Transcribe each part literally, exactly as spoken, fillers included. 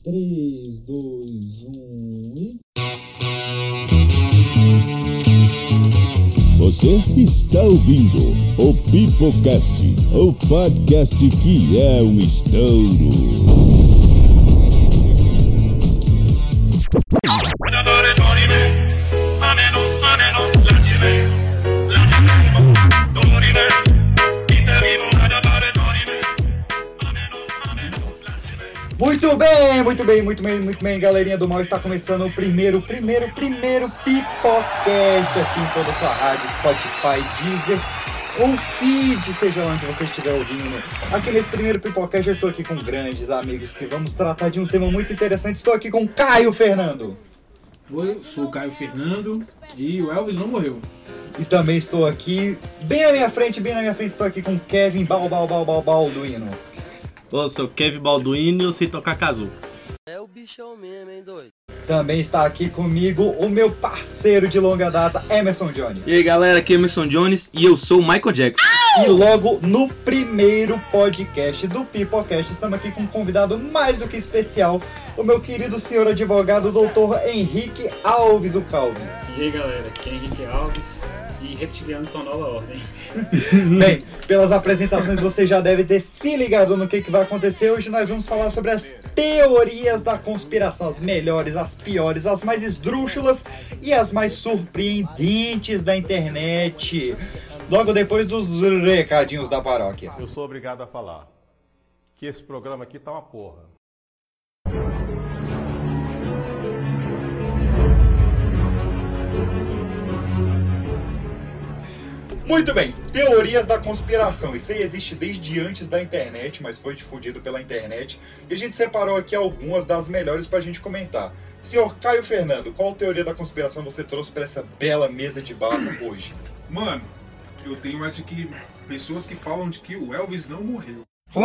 três, dois, um e... Você está ouvindo o Pipocast, o podcast que é um estouro. Muito bem, muito bem, muito bem, muito bem, galerinha do mal, está começando o primeiro, primeiro, primeiro Pipocast aqui em toda a sua rádio, Spotify, Deezer, ou feed, seja onde você estiver ouvindo. Aqui nesse primeiro Pipocast eu estou aqui com grandes amigos que vamos tratar de um tema muito interessante. Estou aqui com Caio Fernando. Oi, eu sou o Caio Fernando e o Elvis não morreu. E também estou aqui, bem na minha frente, bem na minha frente, estou aqui com Kevin Bal, Bal, Bal, Bal, Balduino. Eu sou Kevin Balduino e eu sei tocar kazoo. É o bichão mesmo, hein, doido? Também está aqui comigo o meu parceiro de longa data, Emerson Jones. E aí galera, aqui é Emerson Jones e eu sou o Michael Jackson. E logo no primeiro podcast do Pipocast, estamos aqui com um convidado mais do que especial, o meu querido senhor advogado, doutor Henrique Alves, o Calves. E aí galera, aqui é Henrique Alves e reptilianos são nova ordem. Bem, pelas apresentações você já deve ter se ligado no que, que vai acontecer. Hoje nós vamos falar sobre as teorias da conspiração, as melhores, as piores, as mais esdrúxulas e as mais surpreendentes da internet. Logo depois dos recadinhos da paróquia. Eu sou obrigado a falar que esse programa aqui tá uma porra. Muito bem, teorias da conspiração. Isso aí existe desde antes da internet, mas foi difundido pela internet. E a gente separou aqui algumas das melhores pra gente comentar. Senhor Caio Fernando, qual teoria da conspiração você trouxe pra essa bela mesa de bar hoje? Mano, eu tenho a de que pessoas que falam de que o Elvis não morreu.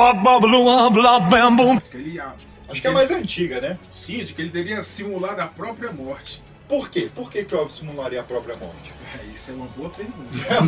Que ele, Acho que é mais antiga, né? Sim, de que ele teria simulado a própria morte. Por quê? Por que, que o Elvis simularia a própria morte? É, isso é uma boa pergunta.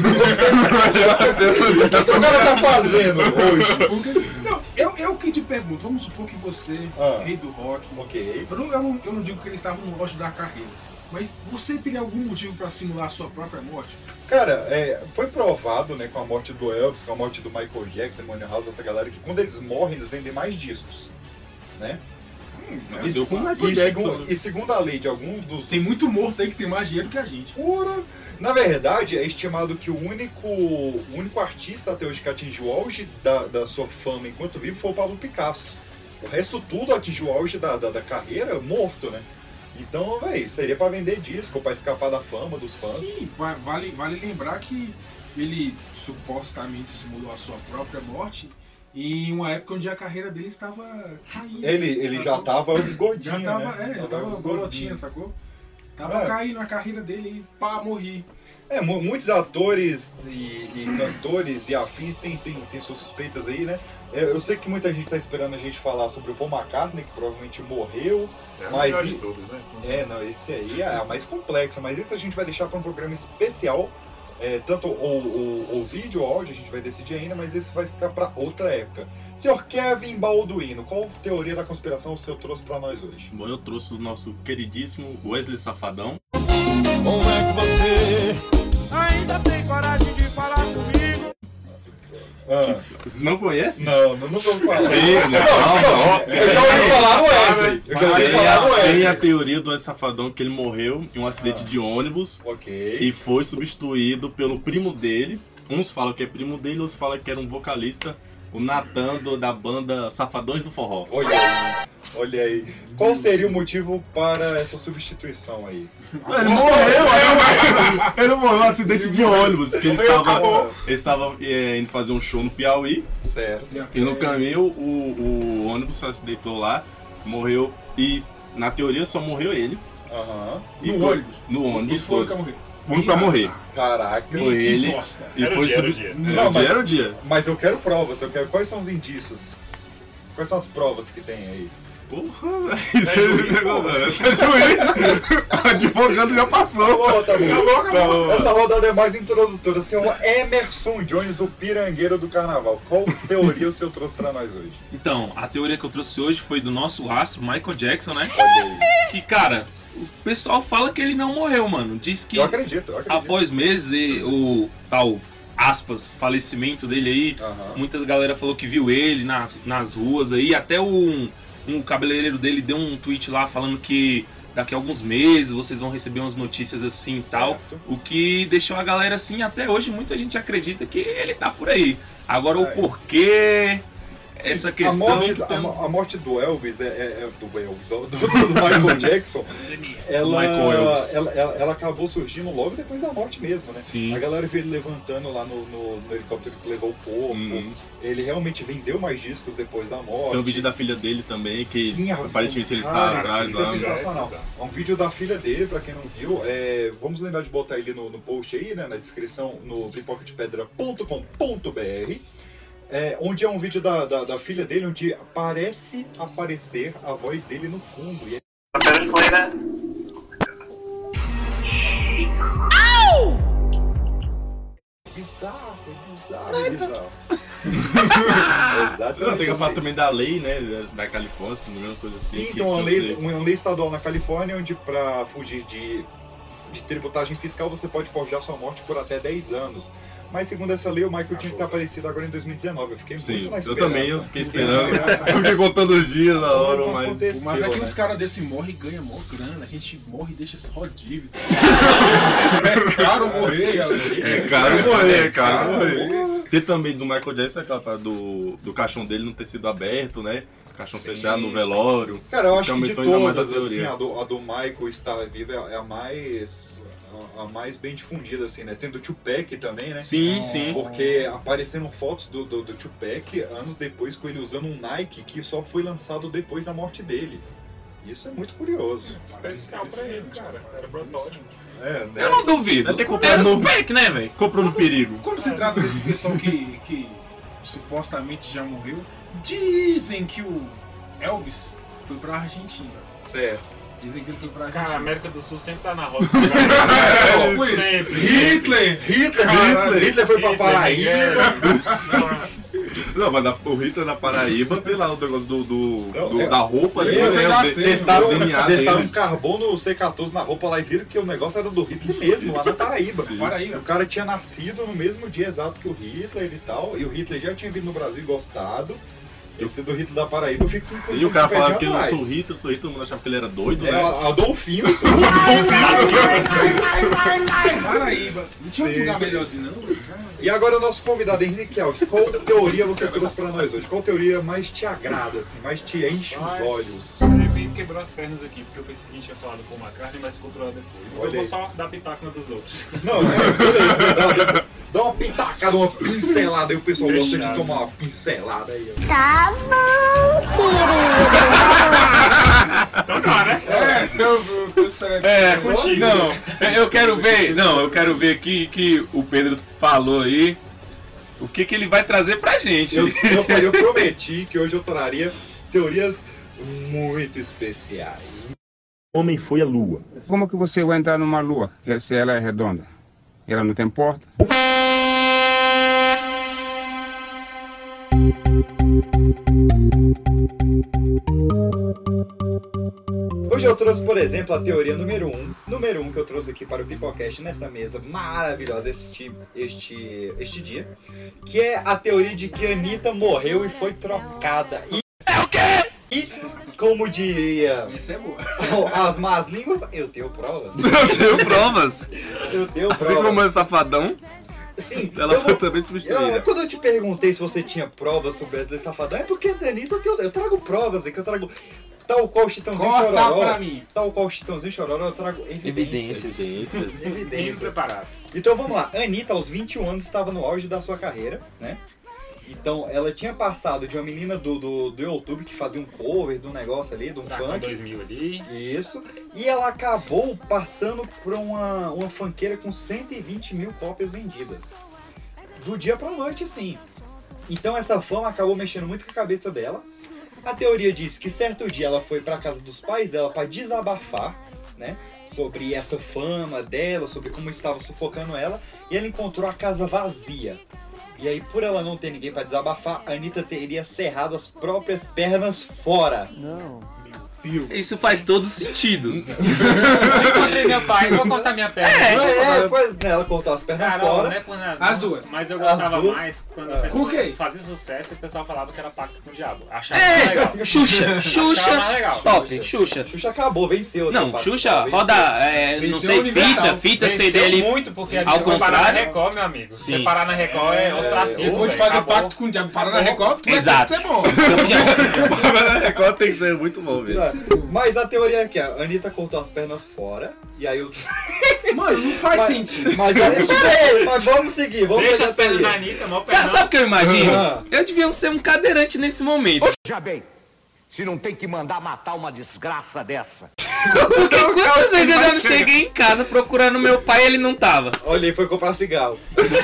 O que o cara tá fazendo hoje? Porque, não, eu, eu que te pergunto, vamos supor que você, Ah, rei do rock, ok. eu não, eu, não, eu não digo que ele estava no auge da carreira, mas você teria algum motivo para simular a sua própria morte? Cara, é, foi provado, né, com a morte do Elvis, com a morte do Michael Jackson, Money House, essa galera, que quando eles morrem, eles vendem mais discos, né? Hum, E, Deu com o Michael e, Jackson. segundo, e segundo a lei de alguns dos... Tem muito morto aí que tem mais dinheiro que a gente. Pura. Na verdade, é estimado que o único, o único artista até hoje que atingiu o auge da, da sua fama enquanto vivo foi o Pablo Picasso. O resto tudo atingiu o auge da, da, da carreira morto, né? Então, véi, seria pra vender disco, pra escapar da fama dos fãs. Sim, va- vale, vale lembrar que ele supostamente simulou a sua própria morte em uma época onde a carreira dele estava caindo. Ele, ele já sacou? tava Elvis gordinho, Já tava, né? é, já tava Elvis gorotinha, sacou? Tava É. caindo a carreira dele e pá, morri. É, mu- muitos atores e, e cantores e afins têm, têm, têm suas suspeitas aí, né? Eu, eu sei que muita gente tá esperando a gente falar sobre o Paul McCartney, que provavelmente morreu. É o mas melhor e- de todos, né? É, não, esse aí é a mais complexa, mas esse a gente vai deixar para um programa especial. É, tanto o, o, o vídeo ou o áudio a gente vai decidir ainda, mas esse vai ficar para outra época. Senhor Kevin Balduino, qual teoria da conspiração o senhor trouxe para nós hoje? Bom, eu trouxe o nosso queridíssimo Wesley Safadão. Como é que você Ainda tem coragem de falar comigo? Ah, Você não conhece? não, não, não vamos falar. Sim, não, não. Eu já ouvi falar no Wesley. Eu já ouvi Tem falar no a, tem a Wesley. teoria do Wesley Safadão que ele morreu em um acidente de ônibus Ok. e foi substituído pelo primo dele. Uns falam que é primo dele, outros falam que era um vocalista, o Natan do- da banda Safadões do Forró. Olha aí, olha aí. Qual seria o motivo para essa substituição aí? Ele morreu, ele morreu num acidente de ônibus, que ele estava, ele estava é, indo fazer um show no Piauí, Certo. e no caminho o, o ônibus se acidentou lá, morreu, e na teoria só morreu ele. Aham. E No foi- ônibus? No ônibus. Esse foi o que morreu. O único pra morrer. Caraca. Foi Que ele. bosta. E Era o foi dia, era o sub- dia. É, Não, o mas- dia era o dia. Mas eu quero provas, eu quero. Quais são os indícios? Quais são as provas que tem aí? Porra, velho. Isso é juiz, pô, velho. Isso é juiz. Advogado já passou. Tá bom, tá bom. Tá bom, tá bom. Essa rodada é mais introdutora. Senhor Emerson Jones, o pirangueiro do carnaval. Qual teoria o senhor trouxe pra nós hoje? Então, a teoria que eu trouxe hoje foi do nosso astro, Michael Jackson, né? Olha aí. Que, cara, o pessoal fala que ele não morreu, mano. Diz que Eu acredito, eu acredito. após meses e o tal, aspas, falecimento dele aí, Aham. muita galera falou que viu ele nas, nas ruas aí. Até um, um cabeleireiro dele deu um tweet lá falando que daqui a alguns meses vocês vão receber umas notícias assim e tal. O que deixou a galera assim, até hoje muita gente acredita que ele tá por aí. Agora o É. porquê, Sim, essa questão... A morte, que a, tem- mo- a morte do Elvis, é, é- é do Elvis, ó, do, do- do Michael Jackson, ela, Michael Elvis. ela, ela, ela acabou surgindo logo depois da morte mesmo, né? Sim. A galera viu ele levantando lá no, no, no helicóptero que levou o corpo. Uhum. Ele realmente vendeu mais discos depois da morte. Tem um vídeo da filha dele também, que Sim, a- aparentemente ele cara, está atrás isso é lá. sensacional. É um vídeo da filha dele, pra quem não viu. É, vamos lembrar de botar ele no, no post aí, né, na descrição, no pipoca de pedra ponto com ponto b r. É, onde é um vídeo da, da, da filha dele, onde parece aparecer a voz dele no fundo. E é bizarro, é bizarro, é bizarro. Exatamente. Não, tem que falar assim. também da lei, né, da Califórnia, se não me engano, coisa assim. Sim, que tem uma se lei, você- uma lei estadual na Califórnia onde, para fugir de, de tributagem fiscal, você pode forjar sua morte por até dez anos. Mas, segundo essa lei, o Michael tinha que estar aparecido agora em dois mil e dezenove. Eu fiquei Sim, muito na eu esperança. também, eu fiquei Fiquei na esperando. esperança. Eu fiquei contando os dias na hora, Mas não mas... aconteceu, Mas é que né? os caras desse morrem e ganham mó grana. A gente morre e deixa só dívida. É caro morrer, galera. É caro morrer, é caro morrer. Tem também do Michael Jackson aquela parada do, do caixão dele não ter sido aberto, né? Caixão Sim, fechado no sim. velório. Cara, eu Isso acho que de aumentou ainda mais a todas, assim, teoria. a do, a do Michael estar vivo é, é a mais... a- a mais bem difundida, assim, né? Tem do Tupac também, né? Sim, sim. Porque apareceram fotos do, do, do Tupac anos depois com ele usando um Nike que só foi lançado depois da morte dele. Isso é muito curioso. Especial pra ele, cara. Era protótipo. É, né? Eu não duvido. Deve ter comprado Era no- do Pack, né, velho? Comprou no perigo. Quando se trata desse pessoal que, que supostamente já morreu, dizem que o Elvis foi pra Argentina. Certo. Dizem que ele foi pra Cara, a Argentina. América do Sul sempre tá na roda. Tipo isso. sempre. Hitler! Hitler, Caralho. Hitler foi pra Hitler, Paraíba. Nossa. Não, mas na, o Hitler na Paraíba tem lá o negócio do, do, Não, do- é- da roupa. Ele né? foi O pegar D- a cena, Testaram, o D N A testaram um dele. carbono C quatorze na roupa lá e viram que o negócio era do Hitler mesmo, lá na Paraíba. Paraíba. O cara tinha nascido no mesmo dia exato que o Hitler e tal, e o Hitler já tinha vindo no Brasil e gostado. Esse do Hitler da Paraíba eu fico com Sim, e o cara com o falava pezinho que eu atrás. sou Hitler, sou Hitler, todo mundo achava que ele era doido, É, né? Adolfinho e tudo. Paraíba. Não tinha Sim, um lugar sim. melhorzinho, não? Cara, E agora o nosso convidado Henrique Alves, qual teoria você trouxe pra nós hoje? Qual teoria mais te agrada, assim, mais te enche os Mas, olhos? Você me quebrou as pernas aqui, porque eu pensei que a gente tinha falado com uma carne, mas ficou pra lá depois. Então Olha eu vou aí. só dar pitaco na dos outros. Não, é, beleza, dá, dá uma pitacada, uma pincelada aí, o pessoal gosta de Fechado. tomar uma pincelada aí. ó. Tá bom, Então não, né? é, eu, eu tô esperando. É, contigo. não, eu quero ver, não, eu quero ver aqui que o Pedro falou aí, o que que ele vai trazer pra gente. Eu, eu, eu prometi que hoje eu traria teorias muito especiais. O homem foi à lua. Como que você vai entrar numa lua se ela é redonda? Ela não tem porta? Hoje eu trouxe, por exemplo, a teoria número um. Número um que eu trouxe aqui para o Pipocast nessa mesa maravilhosa este, este, este dia. Que é a teoria de que a Anitta morreu e foi trocada. E, é o quê? E, como diria Essa é boa. as más línguas, eu tenho provas. Eu tenho provas. Eu tenho Assim como provas. é safadão, Sim, ela eu foi vou- também Eu, substituída. quando eu te perguntei se você tinha provas sobre Wesley Safadão, é porque, Danito, eu, tenho- eu trago provas aqui, eu trago. Tal qual o Chitãozinho Corta Chororó. pra mim. Tal qual o Chitãozinho Chororó, eu trago evidências. Evidências. Bem Evidências. preparado. Então vamos lá, a Anitta, aos vinte e um anos, estava no auge da sua carreira, né? Então ela tinha passado de uma menina do, do, do YouTube que fazia um cover de um negócio ali, de um Tá com funk. dois mil ali. Isso. E ela acabou passando por uma, uma funkeira com cento e vinte mil cópias vendidas. Do dia pra noite, assim. Então essa fama acabou mexendo muito com a cabeça dela. A teoria diz que certo dia ela foi pra casa dos pais dela pra desabafar, né? Sobre essa fama dela, sobre como estava sufocando ela. E ela encontrou a casa vazia. E aí, por ela não ter ninguém pra desabafar, a Anitta teria serrado as próprias pernas fora. Não. Isso faz todo sentido. Eu encontrei meu pai, vou cortar minha perna. É, é, é pois, né, ela cortou as pernas Cara, fora. não é por nada, As não, duas. Mas eu As gostava duas? mais quando a É. pessoa Com quem? fazia sucesso e o pessoal falava que era pacto com o diabo. Achava mais É, legal. Xuxa, Achava Xuxa, mais legal. top, Xuxa. Xuxa acabou, venceu. Não, né, Xuxa, venceu. roda, é, não Venceu sei, Universal. fita, fita, C D Venceu ali. muito, porque Ao se você parar na contrário. Record, meu amigo. Se Sim. você parar na Record é ostracismo. Eu vou te velho. fazer Acabou. pacto com o diabo. Parar na Record, tu vai Exato. ter que ser bom. A Record tem que ser muito bom mesmo. Mas a teoria é que a Anitta cortou as pernas fora. E aí o. Mano, não faz mas, sentido. Mas, aí, mas vamos seguir, vamos Deixa seguir as a pernas teoria. na Anitta, mó Sabe, pernão. sabe o que eu imagino? Ah. Eu devia ser um cadeirante nesse momento. Já bem, se não tem que mandar matar uma desgraça dessa. Porque quantas vezes eu já não cheguei em casa procurando meu pai e ele não tava? Olha, ele foi comprar cigarro.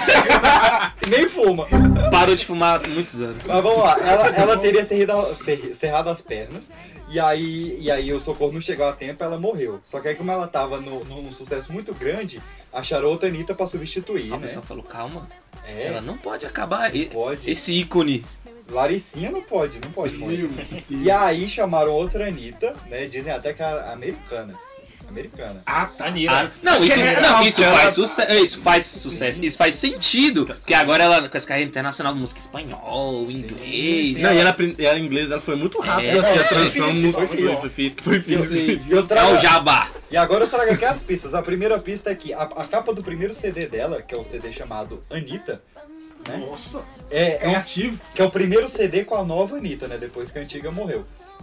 Nem fuma. Parou de fumar há muitos anos. Mas vamos lá, ela, ela teria serrado, ser- serrado as pernas. E aí, e aí o socorro não chegou a tempo, ela morreu. Só que aí como ela tava no, num sucesso muito grande, acharam outra Anitta pra substituir, A né? pessoa falou, calma, É, ela não pode acabar e- pode. esse ícone. Laricinha não pode, não pode morrer. E aí chamaram outra Anitta, né? Dizem até que a americana. Americana. Ah, tá. Anira. Ah, não, isso, Aquele- não, isso ela- faz sucesso. Isso faz sucesso. Isso faz sentido. Porque agora ela, com essa carreira internacional de música espanhol, inglês. Não, e ela, apre- ela em inglês ela foi muito rápida, É, assim, a foi transição física, música foi foi física. foi física, foi física. Eu É trago, o jabá. e agora eu trago aqui as pistas. A primeira pista é que a, a capa do primeiro C D dela, que é o C D chamado Anitta, né? Nossa, É, é um, criativo. que é o primeiro C D com a nova Anitta, né? Depois que a antiga morreu.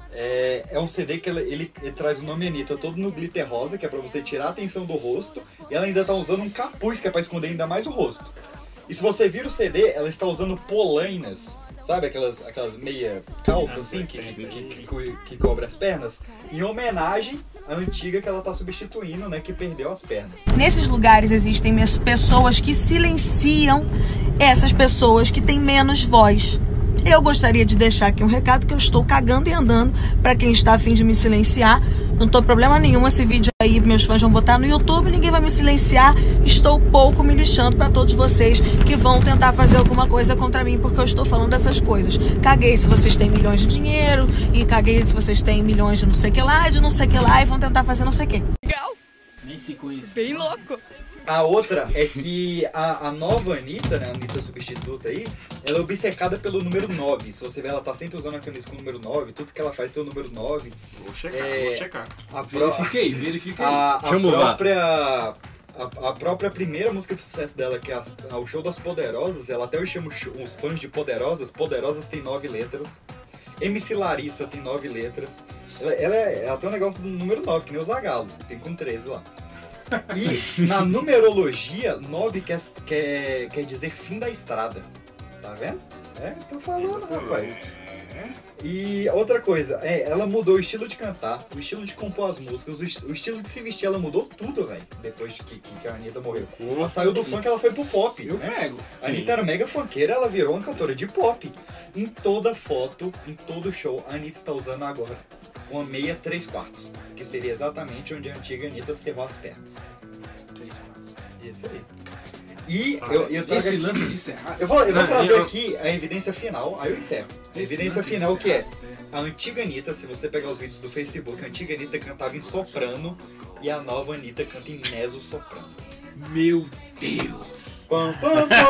É, é um C D que ela- ele, ele traz o nome Anitta todo no glitter rosa, que é pra você tirar a atenção do rosto. E ela ainda tá usando um capuz, que é pra esconder ainda mais o rosto. E se você vira o C D, ela está usando polainas. Sabe aquelas, aquelas meia calças assim, que, que, que, que, que, que cobre as pernas? Em homenagem à antiga que ela tá substituindo, né? Que perdeu as pernas. Nesses lugares existem mes- pessoas que silenciam essas pessoas que têm menos voz. Eu gostaria de deixar aqui um recado que eu estou cagando e andando para quem está a fim de me silenciar. Não tô problema nenhum, esse vídeo aí meus fãs vão botar no YouTube, ninguém vai me silenciar. Estou pouco me lixando para todos vocês que vão tentar fazer alguma coisa contra mim porque eu estou falando dessas coisas. Caguei se vocês têm milhões de dinheiro e caguei se vocês têm milhões de não sei que lá, de não sei que lá e vão tentar fazer não sei o que. Legal. Nem se conhece. Bem louco. A outra é que a, a nova Anitta, né, a Anitta substituta aí, ela é obcecada pelo número nove. Se você ver, ela tá sempre usando a camisa com o número nove, tudo que ela faz tem o número nove. Vou checar, É, vou checar. A pró- Verifiquei, verifiquei. a, a Chama o V A R. própria a, a própria primeira música de sucesso dela, que é as, a- o Show das Poderosas, ela até eu chamo os, os fãs de Poderosas. Poderosas tem nove letras. M C Larissa tem nove letras. Ela, ela, é- ela tem um negócio do número nove, que nem o Zagalo, tem com treze lá. E na numerologia, nove quer, quer, quer dizer fim da estrada. Tá vendo? É, tô falando, rapaz. E outra coisa, é, ela mudou o estilo de cantar, o estilo de compor as músicas, o, est- o estilo de se vestir, ela mudou tudo, velho. Depois de que, que, que a Anitta morreu. Ela saiu do funk, ela foi pro pop. Eu né? pego. A Anitta era mega funkeira, ela virou uma cantora de pop. Em toda foto, em todo show, a Anitta está usando agora uma meia três quartos, que seria exatamente onde a antiga Anitta cerrou as pernas. três quartos. Isso aí. E eu, eu trago Esse aqui, lance de serrar. eu vou, eu vou Não, trazer eu- aqui a evidência final, aí eu encerro. A Esse evidência lance de final que é serrar as pernas. a antiga Anitta, se você pegar os vídeos do Facebook, a antiga Anitta cantava em soprano e a nova Anitta canta em mezzo soprano. Meu Deus. Pam, pam, pam.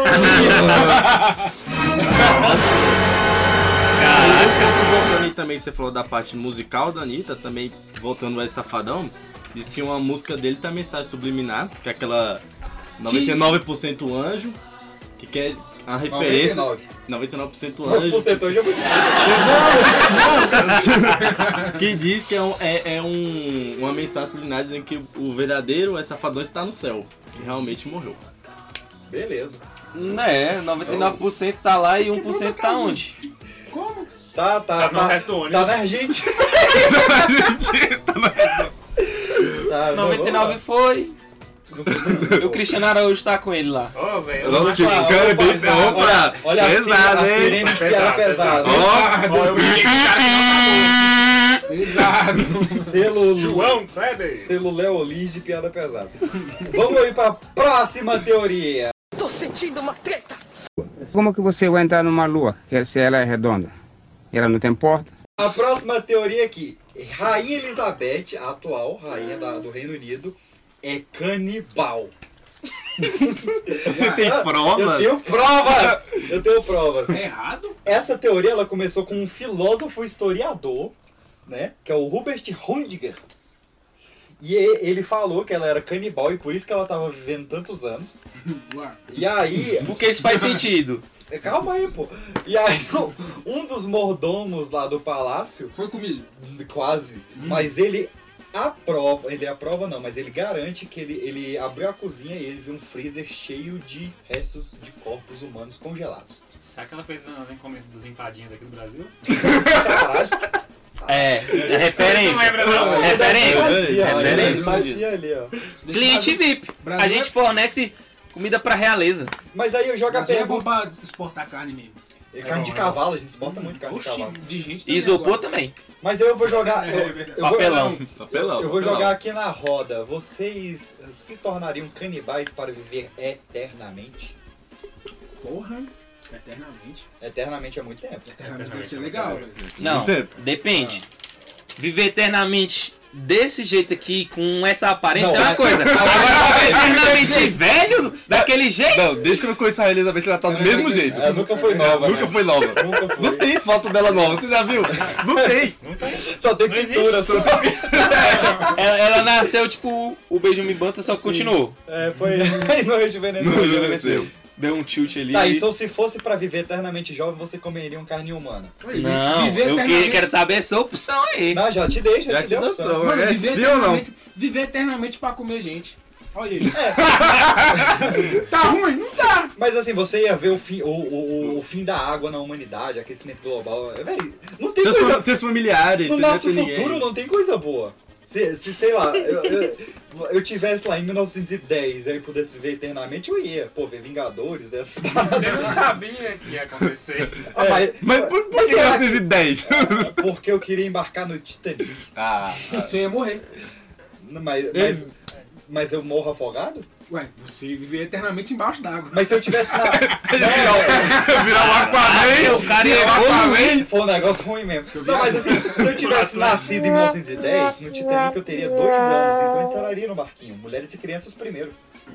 Caraca. Voltando aí também, você falou da parte musical da Anitta, também voltando a Safadão, diz que uma música dele tem mensagem subliminar, que é aquela noventa e nove por cento anjo, que quer a referência... noventa e nove por cento nove anjo. por cento hoje é muito Que diz que é, um, é, é um, uma mensagem subliminar dizendo que o verdadeiro é Safadão está no céu, e realmente morreu. Beleza. É, noventa e nove por cento tá lá e um por cento tá onde? Como? Tá, tá, Tá no tá. resto do ônibus. Tá na Argentina. Tá, não, noventa e nove foi. E o Cristiano Araújo tá com ele lá. Ô, velho. Opa, eu acho- cara, bem- Opa, opa, olha a pesado, sirene- a hein? sirene de piada pesada. Ó, eu vi que o cara que não tá pesado. Selo João Kleber. Selo Léo Lins de piada pesada. Vamos aí pra próxima teoria. Tô sentindo uma treta. Como que você vai entrar numa lua se ela é redonda? Ela não tem porta? A próxima teoria aqui. Rainha Elizabeth, a atual rainha da, do Reino Unido, é canibal. Você tem provas? Eu tenho provas! Eu tenho provas. É errado? Essa teoria ela começou com um filósofo historiador, né? Que é o Hubert Hundinger. E ele falou que ela era canibal e por isso que ela estava vivendo tantos anos. E aí... Porque isso faz sentido. Calma aí, pô. E aí, um dos mordomos lá do palácio... Foi comigo. Quase. Hum. Mas ele aprova... Ele aprova não, mas ele garante que ele, ele abriu a cozinha e ele viu um freezer cheio de restos de corpos humanos congelados. Será que ela fez nas encomendas empadinhas daqui do Brasil? Caralho. É, é referência. Não lembra, não. Referência. Referência. Ali, ó. Cliente V I P. A gente fornece comida pra realeza. Mas aí eu jogo a Brasil pergunta... é bom pra exportar carne mesmo. É carne de cavalo, a gente exporta hum, muito carne oxi, de cavalo. De gente e isopor agora. Também. Mas eu vou jogar... Eu, eu papelão. Vou, papelão. Eu vou jogar aqui na roda. Vocês se tornariam canibais para viver eternamente? Porra... Eternamente. Eternamente é muito tempo. Eternamente deve ser legal. Não, depende. Ah. Viver eternamente desse jeito aqui, com essa aparência, não, é uma é... coisa. Agora, viver eternamente velho, daquele jeito... Não, desde que eu conheço a Elizabeth, ela tá do mesmo jeito. Ela nunca foi nova. Nunca foi nova. Nunca foi. Não tem foto dela nova, você já viu? Não tem. Não tem. Só tem pintura. Só tem... ela, ela nasceu tipo o Benjamin Button, só que Sim. continuou. É, foi... Não rejuvenesceu. Não rejuvenesceu. Deu um tilt ali. Tá, então se fosse pra viver eternamente jovem, você comeria um carne humana. Não, viver eu eternamente... quero saber essa opção aí. Não, já te dei, já, já te, te dei a opção. opção. Mano, é viver, sim ou não? Viver eternamente pra comer gente. Olha ele. É. Tá ruim? Não dá. Mas assim, você ia ver o fim, o, o, o fim da água na humanidade, aquecimento global. Véi, não tem seus coisa... Seus familiares. No nosso futuro ninguém. Não tem coisa boa. Se, se sei lá, eu, eu, eu tivesse lá em mil novecentos e dez e aí pudesse viver eternamente, eu ia. Pô, ver Vingadores dessas paradas. Você não sabia que ia acontecer. Ah, mas, mas por, por que mil novecentos e dez? Porque eu queria embarcar no Titanic. Ah, você ia morrer. Mas, mas, mas eu morro afogado? Ué, você viver eternamente embaixo d'água. Mas se eu tivesse na... Virar um Aquaman, o cara ia evoluir. Foi um negócio ruim mesmo. Não, mas assim, se eu tivesse nascido em mil novecentos e dez, no Titanic eu teria dois anos, então eu entraria no barquinho. Mulheres e crianças primeiro.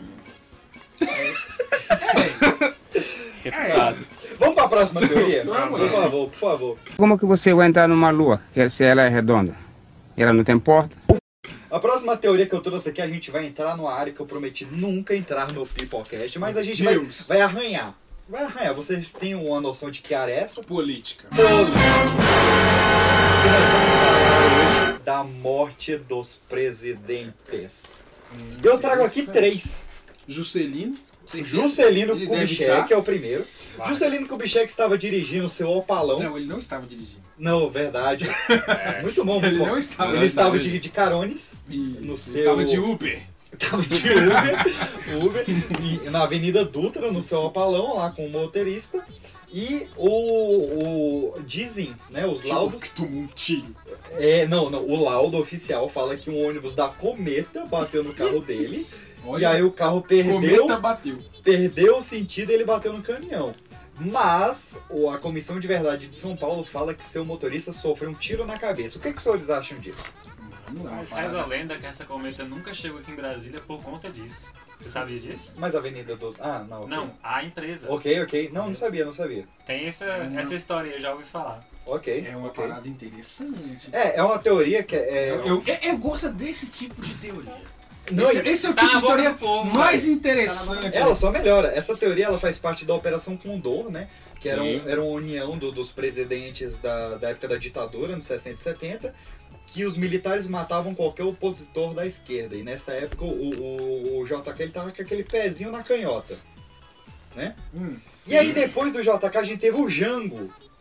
É. É. Vamos pra próxima teoria? Por favor, por favor. Como que você vai entrar numa lua se ela é redonda? Ela não tem porta? A próxima teoria que eu trouxe aqui, a gente vai entrar numa área que eu prometi nunca entrar no Peoplecast, mas a gente vai, vai arranhar. Vai arranhar. Vocês têm uma noção de que área é essa? Política. Política. Que nós vamos falar hoje da morte dos presidentes. Hum, eu trago aqui três. Juscelino. Juscelino Kubitschek, que é o primeiro. Vai. Juscelino Kubitschek estava dirigindo o seu Opalão. Não, ele não estava dirigindo. Não, verdade. É. Muito bom, muito ele bom. Não estava, ele não estava estava de, de carones. E no seu... Estava de Uber. Estava de Uber. Uber e na Avenida Dutra, no seu Opalão, lá com o motorista. E o, o dizem, né, os laudos... Tomou um tiro. É, não, não, o laudo oficial fala que um ônibus da Cometa bateu no carro dele. Olha, e aí o carro perdeu, bateu. perdeu o sentido e ele bateu no caminhão. Mas a Comissão de Verdade de São Paulo fala que seu motorista sofreu um tiro na cabeça. O que, que os senhores acham disso? Mas reza a lenda que essa cometa nunca chegou aqui em Brasília por conta disso. Você sabia disso? Mas a Avenida do... Ah, não. Okay. Não, a empresa. Ok, ok. Não, não sabia, não sabia. Tem essa, essa história aí, eu já ouvi falar. Ok. É uma okay. parada interessante. É, é uma teoria que é... Eu, eu, eu, eu gosto desse tipo de teoria. Não, esse, esse é o tá tipo de teoria povo, mais mas... interessante. Ela só melhora. Essa teoria ela faz parte da Operação Condor, né? Que era, um, era uma união do, dos presidentes da, da época da ditadura, nos sessenta e setenta, que os militares matavam qualquer opositor da esquerda. E nessa época o, o, o J K ele tava com aquele pezinho na canhota. Né? Hum. E aí depois do J K a gente teve o Jango,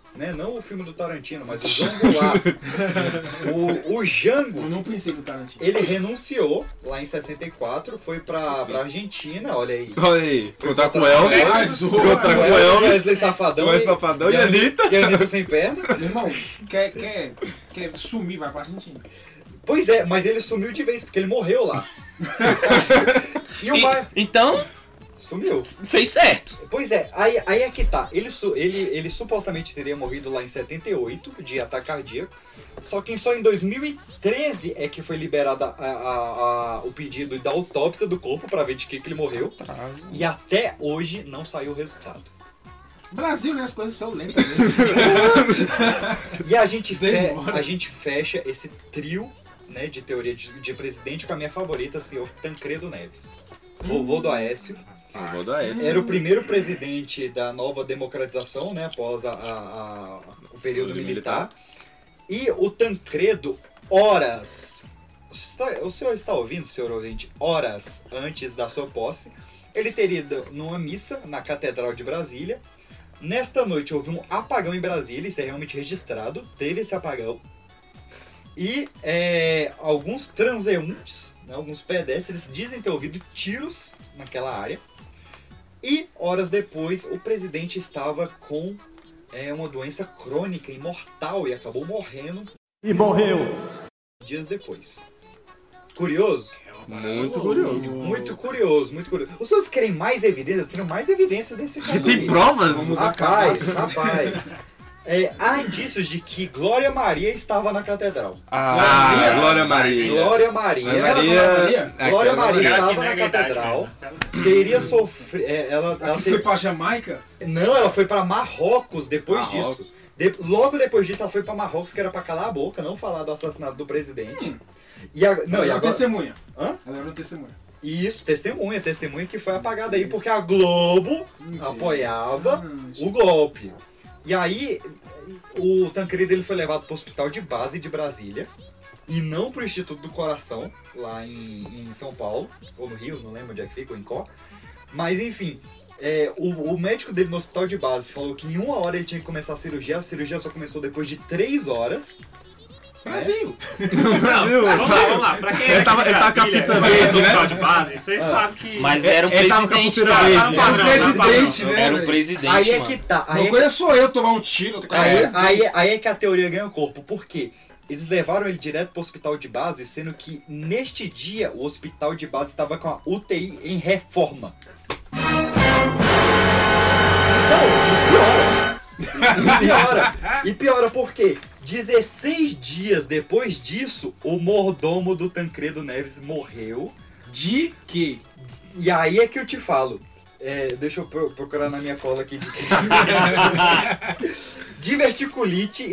né? Não o filme do Tarantino, mas o João Goulart. o, o Jango, Eu não pensei no Tarantino. ele renunciou lá em sessenta e quatro, foi pra, pra Argentina, olha aí. Olha aí, Foi contar com o contra- Elvis, Elvis, contar com o Wesley Elvis, Safadão, Wesley Safadão e a Anitta. E a Anitta sem perna. Meu irmão, quer, quer, quer sumir, vai pra Argentina. Pois é, mas ele sumiu de vez, porque ele morreu lá. E o E- Vai Então, sumiu. fez certo. Pois é, aí, aí é que tá. Ele, su- ele, ele supostamente teria morrido lá em setenta e oito, de ataque cardíaco. Só que só em dois mil e treze é que foi liberado a, a- a- o pedido da autópsia do corpo pra ver de que, que ele morreu. E até hoje não saiu o resultado. Brasil, né? As coisas são lentas. Né? E a gente, fe- Demora. a gente fecha esse trio, né, de teoria de, de presidente com a minha favorita, senhor Tancredo Neves. Vovô do Aécio. Vovô do Aécio. Era o primeiro presidente da nova democratização, né, após a, a- a- o período Período militar. E o Tancredo, horas, está- o senhor está ouvindo, senhor ouvinte, horas antes da sua posse, ele teria ido numa missa na Catedral de Brasília. Nesta noite houve um apagão em Brasília, isso é realmente registrado, teve esse apagão. E é, alguns transeuntes, né, alguns pedestres, dizem ter ouvido tiros naquela área. E horas depois o presidente estava com é, uma doença crônica e mortal e acabou morrendo. E morreu. Dias depois. Curioso? Muito curioso. Muito curioso, muito curioso. Os senhores querem mais evidência? Eu tenho mais evidência desse caso. Tem aí. provas? Vamos rapaz, rapaz. É, há indícios de que Glória Maria estava na catedral. Ah, Glória Maria. Glória Maria. Glória Maria. Glória Aquela Maria Maria. estava que na nega a idade, catedral. né? Teria sofrido. Ela, ela Aqui te- foi pra Jamaica? Não, ela foi pra Marrocos depois Marrocos. disso. De- Logo depois disso, ela foi pra Marrocos, que era pra calar a boca, não falar do assassinato do presidente. E a, não, Ela e era uma agora, testemunha. Hã? Ela era uma testemunha. Isso, testemunha, testemunha que foi apagada aí, porque a Globo apoiava o golpe. E aí, o Tancredo ele foi levado pro hospital de base de Brasília, e não pro Instituto do Coração, lá em, em São Paulo, ou no Rio, não lembro onde é que fica, ou em Có. Mas enfim, é, o, o médico dele no hospital de base falou que em uma hora ele tinha que começar a cirurgia, a cirurgia só começou depois de três horas. Brasil. Não, vamos lá, vamos lá. Pra quem é Ele tava- ele tava com a Brasília, fita conhece verde, o né? hospital de base, vocês Ah. sabem que... Mas era um Ele tava com a presidente, pulseira cara. verde. Tá no padrão, Era um tá no padrão. presidente, né? Era um velho? presidente, Aí é mano. que tá. Aí Uma é coisa sou eu tomar um tiro, outra coisa Aí, é aí, aí é que a teoria ganha corpo. Por quê? Eles levaram ele direto pro hospital de base, sendo que neste dia o hospital de base estava com a U T I em reforma. Não, e piora. E piora. E piora por quê? dezesseis dias depois disso, o mordomo do Tancredo Neves morreu. De quê? E aí é que eu te falo. É, deixa eu pro- procurar na minha cola aqui. De Diverticulite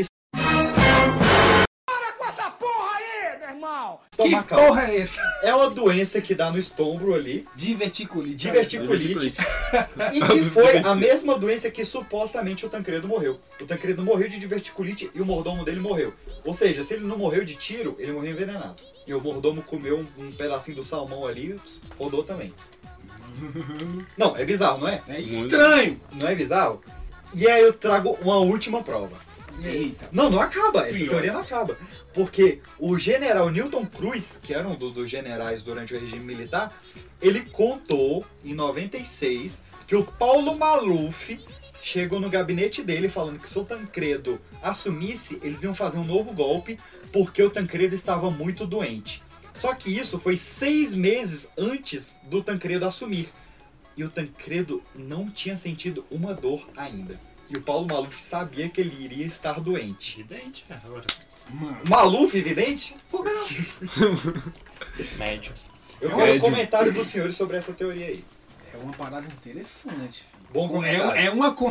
Que estomacal. porra é essa? É uma doença que dá no estômago ali. Diverticulite. Diverticulite. E que foi a mesma doença que supostamente o Tancredo morreu. O Tancredo morreu de diverticulite e o mordomo dele morreu. Ou seja, se ele não morreu de tiro, ele morreu envenenado. E o mordomo comeu um, um pedacinho do salmão ali e rodou também. Não, é bizarro, não é? É estranho. Não é bizarro? E aí eu trago uma última prova. Eita. Não, não acaba. Essa Pior. teoria não acaba. Porque o general Newton Cruz, que era um do- dos generais durante o regime militar, ele contou em noventa e seis que o Paulo Maluf chegou no gabinete dele falando que se o Tancredo assumisse, eles iam fazer um novo golpe porque o Tancredo estava muito doente. Só que isso foi seis meses antes do Tancredo assumir. E o Tancredo não tinha sentido uma dor ainda. E o Paulo Maluf sabia que ele iria estar doente. Evidente, agora. Mano. Maluf, evidente? Por que não? Médio. Eu É quero um médio. comentário dos senhores sobre essa teoria aí. É uma parada interessante. filho. Bom comentário. É, é uma. co-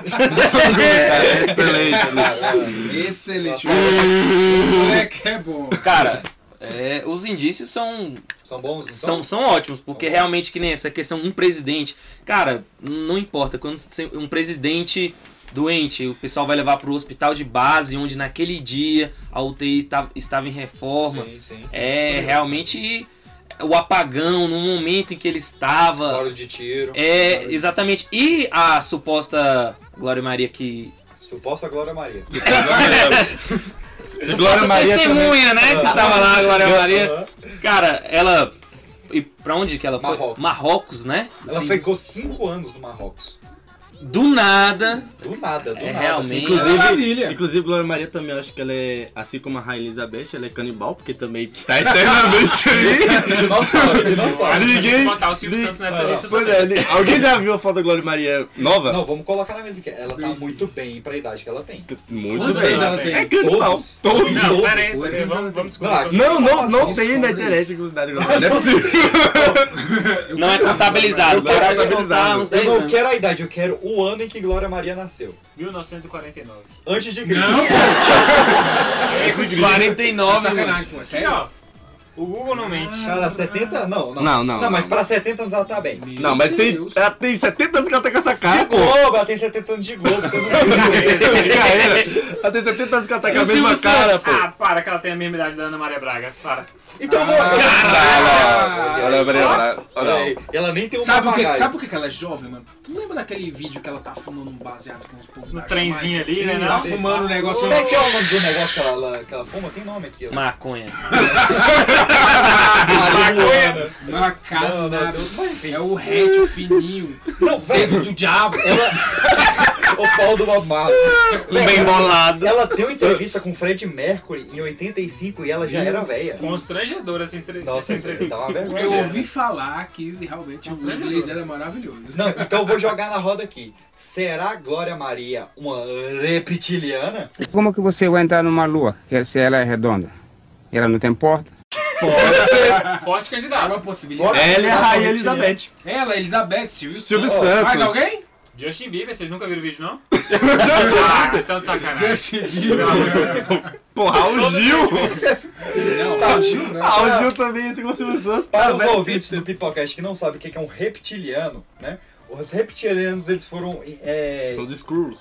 Excelente. Excelente. O moleque é bom. Cara, é, os indícios são, São bons, não são, são ótimos, porque realmente que nem essa questão, um presidente, cara, não importa, quando se- um presidente doente, o pessoal vai levar pro hospital de base, onde naquele dia a U T I tá- estava em reforma, Sim, sim. é realmente o apagão, no momento em que ele estava, Hora de tiro. é, exatamente, e a suposta Glória Maria que Suposta Glória Maria. Glória Maria testemunha, também. Né? Que estava lá, a Glória Maria. Uhum. Cara, ela... E pra onde que ela foi? Marrocos. Marrocos, né? Ela Sim. ficou cinco anos no Marrocos. Do nada. Do nada, do é, nada. Realmente. Inclusive, inclusive, Glória Maria também, eu acho que ela é, assim como a Rainha Elizabeth, ela é canibal, porque também tá eternamente ali. Dinossauro, dinossauro. Ninguém... Vou botar o Silvio Santos nessa lista Pois também. é, alguém já viu a foto da Glória Maria nova? Não, vamos colocar na mesa aqui. Ela tá muito bem pra idade que ela tem. Muito Quantos bem. anos ela tem? É canibal. Todos. Todos. Não, todos. pera aí, pera aí, vamos, vamos descobrir. Não, não, não tem na internet a quantidade de Glória Maria. Não é possível. Não é contabilizado. Não é Para de contabilizado. contar uns Eu dez não anos. quero a idade, eu quero o ano em que Glória Maria nasceu. mil novecentos e quarenta e nove. Antes de Cristo. Não, pô. quarenta e nove, mano. Sacanagem, pô. É Aqui, sério? ó. O Google não mente. Cara, setenta? Não, não. Não, não, Não, mas não. pra setenta anos ela tá bem. Não, mas tem, ela tem setenta anos que ela tá com essa cara, De pô. Globo, ela tem setenta anos de Globo, você não viu. De carreira. Ela tem setenta anos que ela tá com a E o mesma Silvio cara, Santos? pô. Ah, para que ela tem a mesma idade da Ana Maria Braga. Para. Então vou. Caralho. Olha, Maria, olha. Olha aí, ela nem tem uma Sabe, o que, bagagem. sabe por que que ela é jovem, mano? Tu lembra daquele vídeo que ela tá fumando um baseado com os povos No da trenzinho Jamaica? ali, né? Tá Não? fumando um negócio... Como é que é o nome do negócio que ela, que ela fuma? Tem nome aqui, ó. Maconha. Maconha. Uma Não, não, cara, Deus, mas enfim. é o rétil fininho, Não, dedo velho. do diabo. O pau do Bob Marley. Bem bolado. Ela deu uma entrevista com o Fred Mercury em oitenta e cinco e ela já era velha. Constrangedora essa entre- Nossa, essa isso entrevista. dá uma vergonha. Eu ouvi falar que realmente o inglês dela é maravilhoso. Não, então eu vou jogar na roda aqui. Será Glória Maria uma reptiliana? Como que você vai entrar numa lua se ela é redonda? Ela não tem porta? Forte É candidato. uma possibilidade. Ela é a Rainha Elizabeth. Ela, Elizabeth, Silvio, Silvio Santos. Santos. Mais alguém? Justin Bieber, vocês nunca viram o vídeo, não? Ah, vocês estão de sacanagem. Justin Bieber. Porra, o Gil. Não, o Gil, né? Ah, o Gil também, esse com o Silvio Santos. Para tá os bem. ouvintes do Pipocast que não sabem o que é um reptiliano, né? Os reptilianos, eles foram... É... Os Skrulls.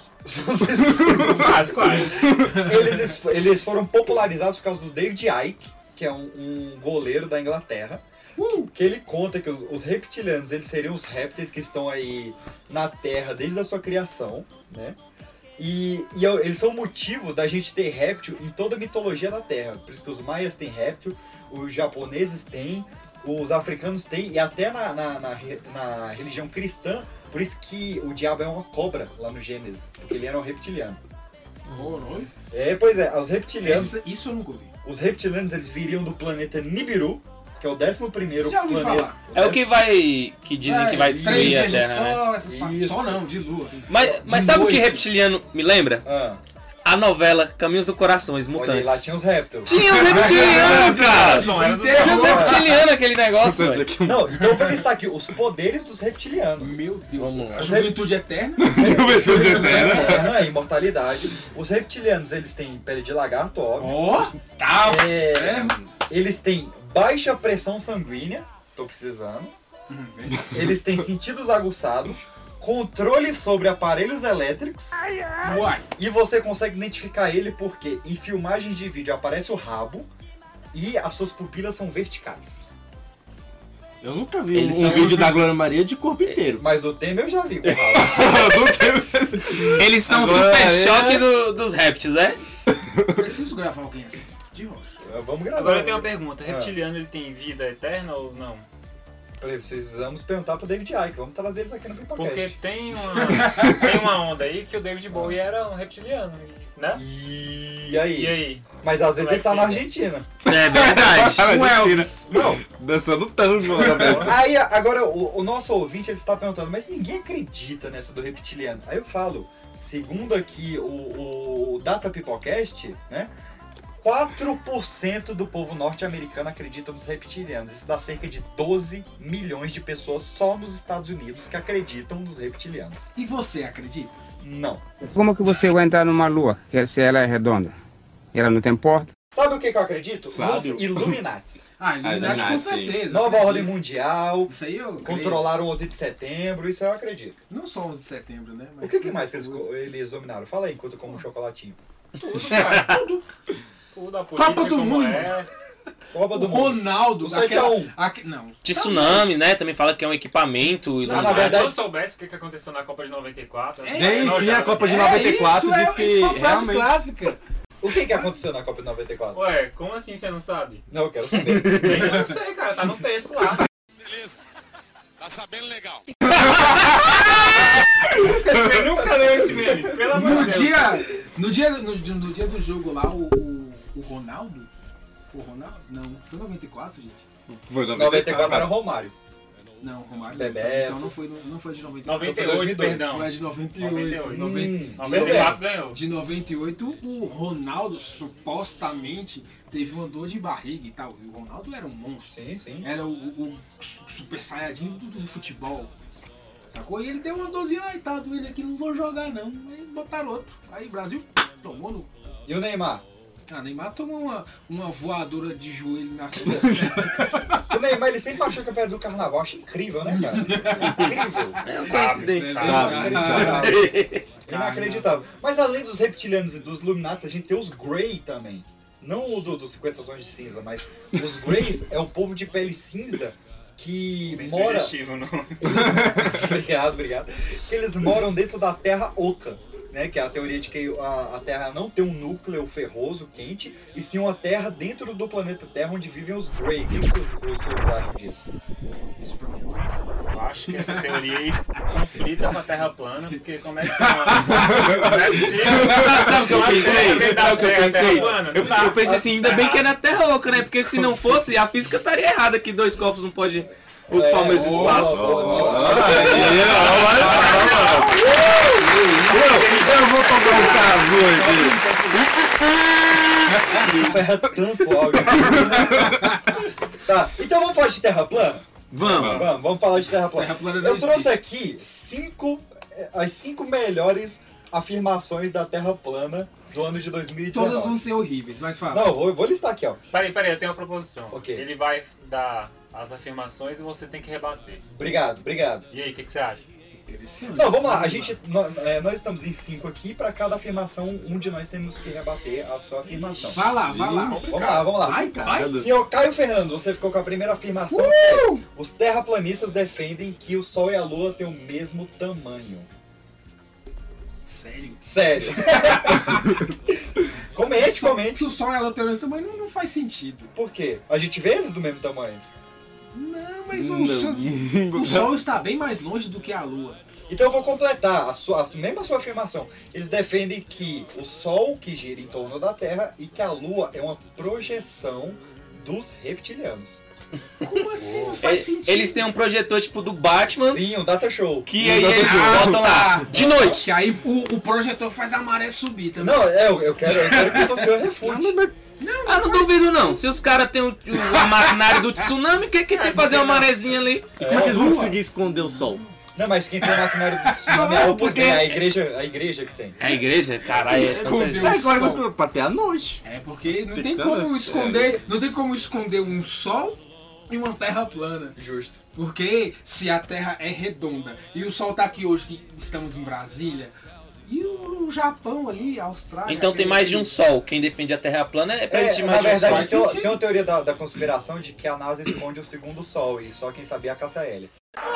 Quase, quase. eles, eles foram popularizados por causa do David Icke, que é um, um goleiro da Inglaterra, uh! que ele conta que os, os reptilianos, eles seriam os répteis que estão aí na Terra desde a sua criação, né? E, e eles são o motivo da gente ter réptil em toda a mitologia da Terra. Por isso que os maias têm réptil, os japoneses têm, os africanos têm, e até na, na, na, na religião cristã, por isso que o diabo é uma cobra lá no Gênesis, porque ele era um reptiliano. Oh, não. É, pois é, os reptilianos... Essa, isso eu nunca ouvi. Os reptilianos, eles viriam do planeta Nibiru, que é o décimo primeiro Já ouvi planeta. falar. É o que vai... Que dizem É, que vai três destruir a dias de Terra, né? sol, essas pa- Isso. Sol não, de lua. Mas, mas De sabe o que noite. reptiliano me lembra? Ah, A novela Caminhos do Corações, olha aí, Mutantes. lá tinha os répteis. Tinha os reptilianos, cara! Não, era do- Tinha os reptilianos aquele negócio, velho. Não, então eu vou listar aqui os poderes dos reptilianos. Meu Deus. Vamos lá. A juventude eterna. Juventude eterna, imortalidade. Os reptilianos, eles têm pele de lagarto, óbvio. Ó, tá. É, É. eles têm baixa pressão sanguínea, tô precisando. Eles têm sentidos aguçados, controle sobre aparelhos elétricos. Uai. E você consegue identificar ele porque em filmagens de vídeo aparece o rabo e as suas pupilas são verticais. Eu nunca vi Eles um são- vídeo da Glória Maria de corpo inteiro. Mas do Temer eu já vi com o rabo. Eles são o Agora super é- choque do- dos répteis, é? Preciso gravar alguém assim. De rocha. Vamos gravar. Agora eu tenho uma pergunta. Ah. Reptiliano, ele tem vida eterna ou não? Precisamos perguntar pro David Icke. Vamos trazer eles aqui no Pipocast. Porque tem uma, tem uma onda aí que o David Bowie era um reptiliano, né? E aí? E aí? Mas às vezes Como é ele tá que na fica? Argentina. É verdade. O Elvis. Não. Dançando tango lá dentro. Aí agora o, o nosso ouvinte ele está perguntando, mas ninguém acredita nessa do reptiliano. Aí eu falo, segundo aqui o, o Data Pipocast, né? quatro por cento do povo norte-americano acredita nos reptilianos. Isso dá cerca de doze milhões de pessoas só nos Estados Unidos que acreditam nos reptilianos. E você acredita? Não. Como que você vai entrar numa lua se ela é redonda? Ela não tem porta? Sabe o que, que eu acredito? Sabe? Nos Illuminati. Ah, Illuminati com Illuminati, sim. certeza. Nova eu ordem acredito. mundial. Isso aí eu creio. Controlaram o onze de setembro, isso eu acredito. Não só onze de setembro, né? Mas O que, que mais eles, eles dominaram? Fala aí enquanto eu como um chocolatinho. Tudo, cara, tudo. Tudo a política Copa do como Mundo, é. Copa do o Mundo. Ronaldo, O sete a um. aque- não. Tsunami, né? Também fala que é um equipamento. Não, iluminado. mas verdade- se eu soubesse o que que aconteceu na Copa de noventa e quatro... assim, Sim, eu sim, já- a Copa de É noventa e quatro isso, diz é, que isso é uma frase realmente... clássica. O que que aconteceu na Copa de noventa e quatro? Ué, como assim você não sabe? Não, eu quero saber. Eu não sei, cara, tá no texto lá. Tá sabendo legal. Você nunca leu esse meme, pelo amor No de Deus. dia, no, dia, no, no dia do jogo lá, o, o, o Ronaldo... O Ronaldo? Não, foi noventa e quatro, gente? Foi noventa e quatro era Romário. Não, Romário. Bebeto. Então, então não foi, não foi de noventa e quatro. noventa e Foi oito, dois mil e dois. perdão. Foi a de noventa e oito. noventa e oito. noventa noventa e quatro ganhou. De noventa e oito, o Ronaldo supostamente teve uma dor de barriga e tal. E o Ronaldo era um monstro. Sim, sim. Era o, o, o super saiyajin do, do futebol. Sacou? E ele deu uma dorzinha, ai tá doendo aqui, não vou jogar não. Aí botaram outro. Aí o Brasil tomou no... E o Neymar? Ah, Neymar tomou uma, uma voadora de joelho na sua. O Neymar, ele sempre achou que é perto do carnaval. Acho incrível, né, cara? Incrível. É uma coincidência. Sabe, sabe. Inacreditável. Mas além dos reptilianos e dos Illuminati, a gente tem os Grey também. Não o do, dos cinquenta tons de cinza, mas os Greys é o povo de pele cinza que Bem mora... sugestivo, não? Obrigado, obrigado. Que eles moram dentro da Terra Oca. Né, que é a teoria de que a, a Terra não tem um núcleo ferroso, quente, e sim uma Terra dentro do planeta Terra onde vivem os Grey. O que, que vocês, os senhores acham disso? Isso pra mim. Eu acho que essa teoria aí conflita com a Terra plana, porque como é que uma... Não é possível. Sabe o que eu pensei? Sabe o que eu pensei? Plana? Eu, Não dá. eu pensei assim, ainda bem que é na Terra Oca, né? Porque se não fosse, a física estaria errada que dois corpos não podem ocupar o mesmo espaço. Eu vou tomar um caso aqui. Isso ferra tanto o áudio. Tá, então vamos falar de Terra plana? Vamos. Vamos, vamos falar de Terra plana. Terra plana não Eu trouxe existe. aqui cinco, as cinco melhores afirmações da Terra plana do ano de dois mil e dezenove. Todas vão ser horríveis, mas fala. Não, eu vou, eu vou listar aqui, ó. Peraí, peraí, eu tenho uma proposição. Ok. Ele vai dar as afirmações e você tem que rebater. Obrigado, obrigado. E aí, o que, que você acha? Não, vamos lá. A gente, nós, é, nós estamos em cinco aqui. Para cada afirmação, um de nós temos que rebater a sua afirmação. Vai lá, vai lá. Vamos lá, vamos lá. Vai, cara. Senhor Caio Fernando, você ficou com a primeira afirmação. Uh! Os terraplanistas defendem que o Sol e a Lua têm o mesmo tamanho. Sério? Sério. Comente, comente. Que o Sol e a Lua têm o mesmo tamanho não, não faz sentido. Por quê? A gente vê eles do mesmo tamanho. Não, mas o, Não. Sol, o Sol está bem mais longe do que a Lua. Então eu vou completar a sua, a sua, mesmo a sua afirmação. Eles defendem que o Sol que gira em torno da Terra e que a Lua é uma projeção dos reptilianos. Como assim? Não faz É, sentido. eles têm um projetor tipo do Batman, Sim, um data show. que Um aí data eles show. botam lá de noite. Que aí o, o projetor faz a maré subir também. Não, é, eu, eu, quero, eu quero que você refute. Ah, não duvido não. Se os caras têm o, o a maquinário do tsunami, o que que tem que fazer uma marezinha ali? E como é que eles vão conseguir esconder o sol? Não, mas quem tem o maquinário do tsunami é o Opus Dei, é a igreja, a igreja que tem. É a igreja? Caralho, é Escondeu tanta o gente. Agora sol. você pra ter a noite. É porque não Tem tem tanta- como esconder, não tem como esconder um sol e uma terra plana. Justo. Porque se a Terra é redonda e o Sol tá aqui hoje, que estamos em Brasília, e o Japão ali, a Austrália... Então tem aquele- mais de um sol. Quem defende a Terra plana é pra É, existir na mais de um sol. verdade, tem, sentido. tem uma teoria da, da conspiração de que a NASA esconde o segundo sol e só quem sabia é a Cássia Eller.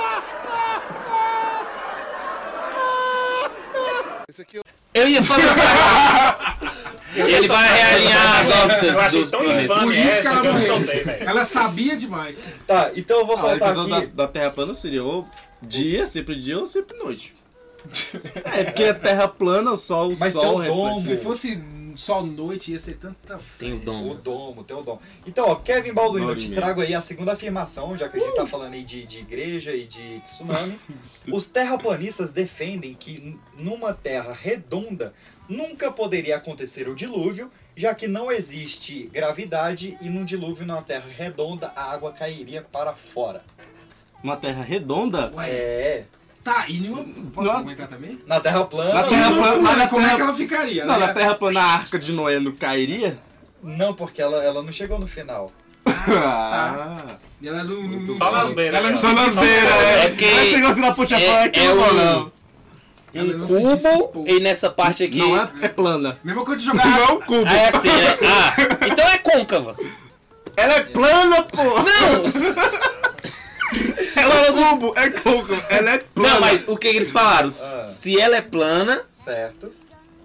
Eu ia falar assim. Ele vai realinhar as Eu órbitas achei dos tão planetas. infame Por isso essa que ela que eu não morreu. soltei, velho. Ela sabia demais. Tá, então eu vou A soltar visão da, aqui. da Terra plana seria ou dia, sempre dia, ou sempre noite. É, porque é Terra plana, só o Mas sol tem o domo. Se fosse só noite, ia ser tanta... Tem o O dom. domo, tem o dom. Então, ó, Kevin Balduino, eu te Dorme. trago aí a segunda afirmação, já que a gente tá falando aí de, de igreja e de tsunami. Os terraplanistas defendem que n- numa terra redonda nunca poderia acontecer o dilúvio, já que não existe gravidade e num dilúvio numa terra redonda a água cairia para fora. Uma Terra redonda? Ué, É. tá, e nenhuma... Posso Não. comentar também? Na terra plana. Na terra plana, Mas na como é terra- que ela ficaria? Não, né? na Terra plana a Arca de Noé não cairia? Não, porque ela, ela não chegou no final. Ah. E ela não... não, não Só nas beiras, Ela não cara. se Sonanceira, é. É porque Ela chegou assim na puxa é- aqui, é não vou um- não. Ela Um não se dissipou. cubo e nessa parte aqui. Não é, é plana. Mesma coisa de jogar... Não é um cubo. Ah, é assim, né? Ah, então é côncava. Ela é plana, pô! Não! Ela é cubo, é cubo. Ela é plana. Não, mas o que eles falaram? Ah. Se ela é plana... Certo.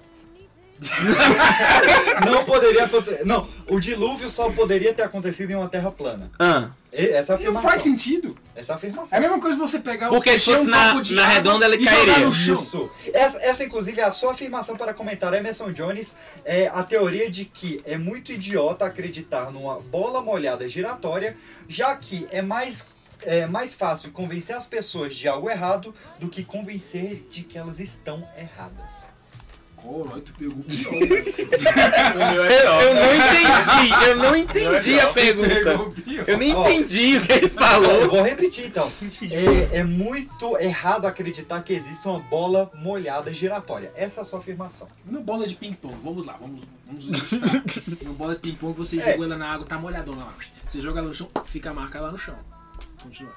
Não poderia acontecer. Não, o dilúvio só poderia ter acontecido em uma terra plana. Ah. E- Essa é a Não afirmação. faz sentido. Essa é a afirmação. É a mesma coisa você pegar Porque o se fosse um na- copo de na água redonda, ele e jogar cairia. no chão. Isso. Essa, essa, inclusive, é a sua afirmação para comentar. Emerson Jones é a teoria de que é muito idiota acreditar numa bola molhada giratória, já que é mais, é mais fácil convencer as pessoas de algo errado do que convencer de que elas estão erradas. Caralho, tu pegou pior. Eu, eu não entendi, eu não entendi a pergunta. Eu nem Ó, entendi o que ele falou. Eu vou repetir então. É, é muito errado acreditar que existe uma bola molhada giratória. Essa é a sua afirmação. Uma bola de ping-pong, vamos lá, vamos, vamos ilustrar. Uma bola de ping-pong, você É. jogou ela na água, tá molhadona lá. Você joga ela no chão, fica a marca lá no chão. Continua.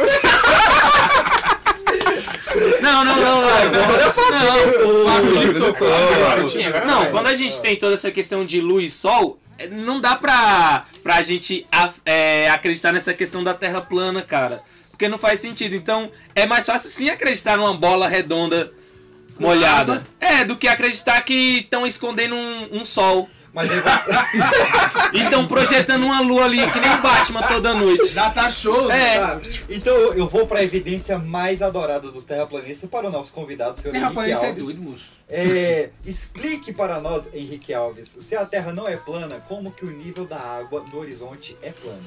Não, não, não, não. Agora facilitou. Facilitou. Agora sim, agora Não, vai. quando a gente tem toda essa questão de luz e sol, é, não dá pra, pra gente a- é, acreditar nessa questão da terra plana, cara. Porque não faz sentido. Então, é mais fácil sim acreditar numa bola redonda molhada. É, do que acreditar que estão escondendo um, um sol. Mas aí você... E estão projetando uma lua ali, que nem o Batman toda noite. Data show, É. Tá, então eu eu vou para a evidência mais adorada dos terraplanistas para o nosso convidado, senhor Henrique Terraplanista é Alves. doido, moço. É, explique para nós, Henrique Alves, se a Terra não é plana, como que o nível da água no horizonte é plano?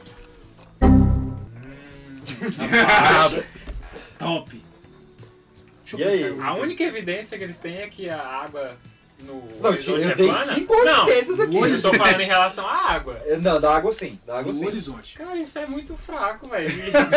Top. Deixa E eu aí? pensar. A única evidência que eles têm é que a água no Não, horizonte eu é dei plana. cinco Não, evidências aqui. eu tô falando em relação à água. É, Não, da água sim, da água No sim. horizonte. Cara, isso é muito fraco, velho.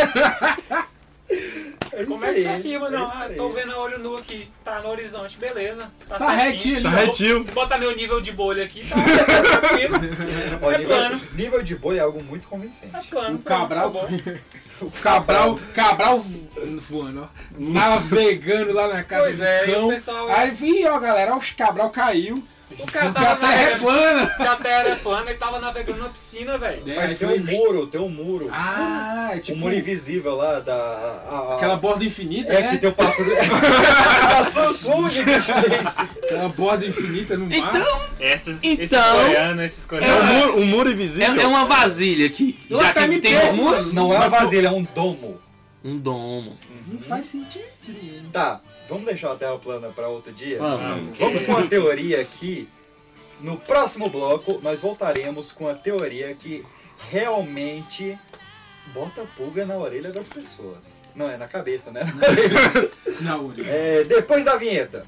É Como isso é que você aí, afirma? é Não, isso ah, aí. tô vendo a olho nu aqui, tá no horizonte, beleza. Tá, Tá certinho. retinho ali, Tá ó. retinho. Vou botar meu nível de bolha aqui, tá tranquilo. Ó, É nível, plano. nível de boi é algo muito convincente. É plano. O Cabral, tá bom. o Cabral, Cabral vo- voando, ó. Navegando lá na casa Pois do é, e cão. o pessoal- Aí, vi, ó, galera, ó, o Cabral caiu. O cara Porque a tava terra é navegando. plana. Se a terra é plana, ele tava navegando numa piscina, velho. É, Mas tem foi- um muro, tem um muro. Ah, é um tipo muro invisível lá da... a- a- aquela borda infinita, É né? que tem o patrulho... a Samsung que fez. Aquela borda infinita no mar. Então, Essa, esses Então- coreanos, esses É coreanos. um muro, um muro invisível. é, é uma vasilha aqui. Eu Já até que me tem pego, os muros, Não é uma vasilha, é um domo. um domo. Não faz sentido. Tá, vamos deixar a Terra plana para outro dia? Vamos. Vamos com a teoria aqui. No próximo bloco, nós voltaremos com a teoria que realmente bota pulga na orelha das pessoas. Não, é na cabeça, né? Na orelha. Na olho. É, depois da vinheta.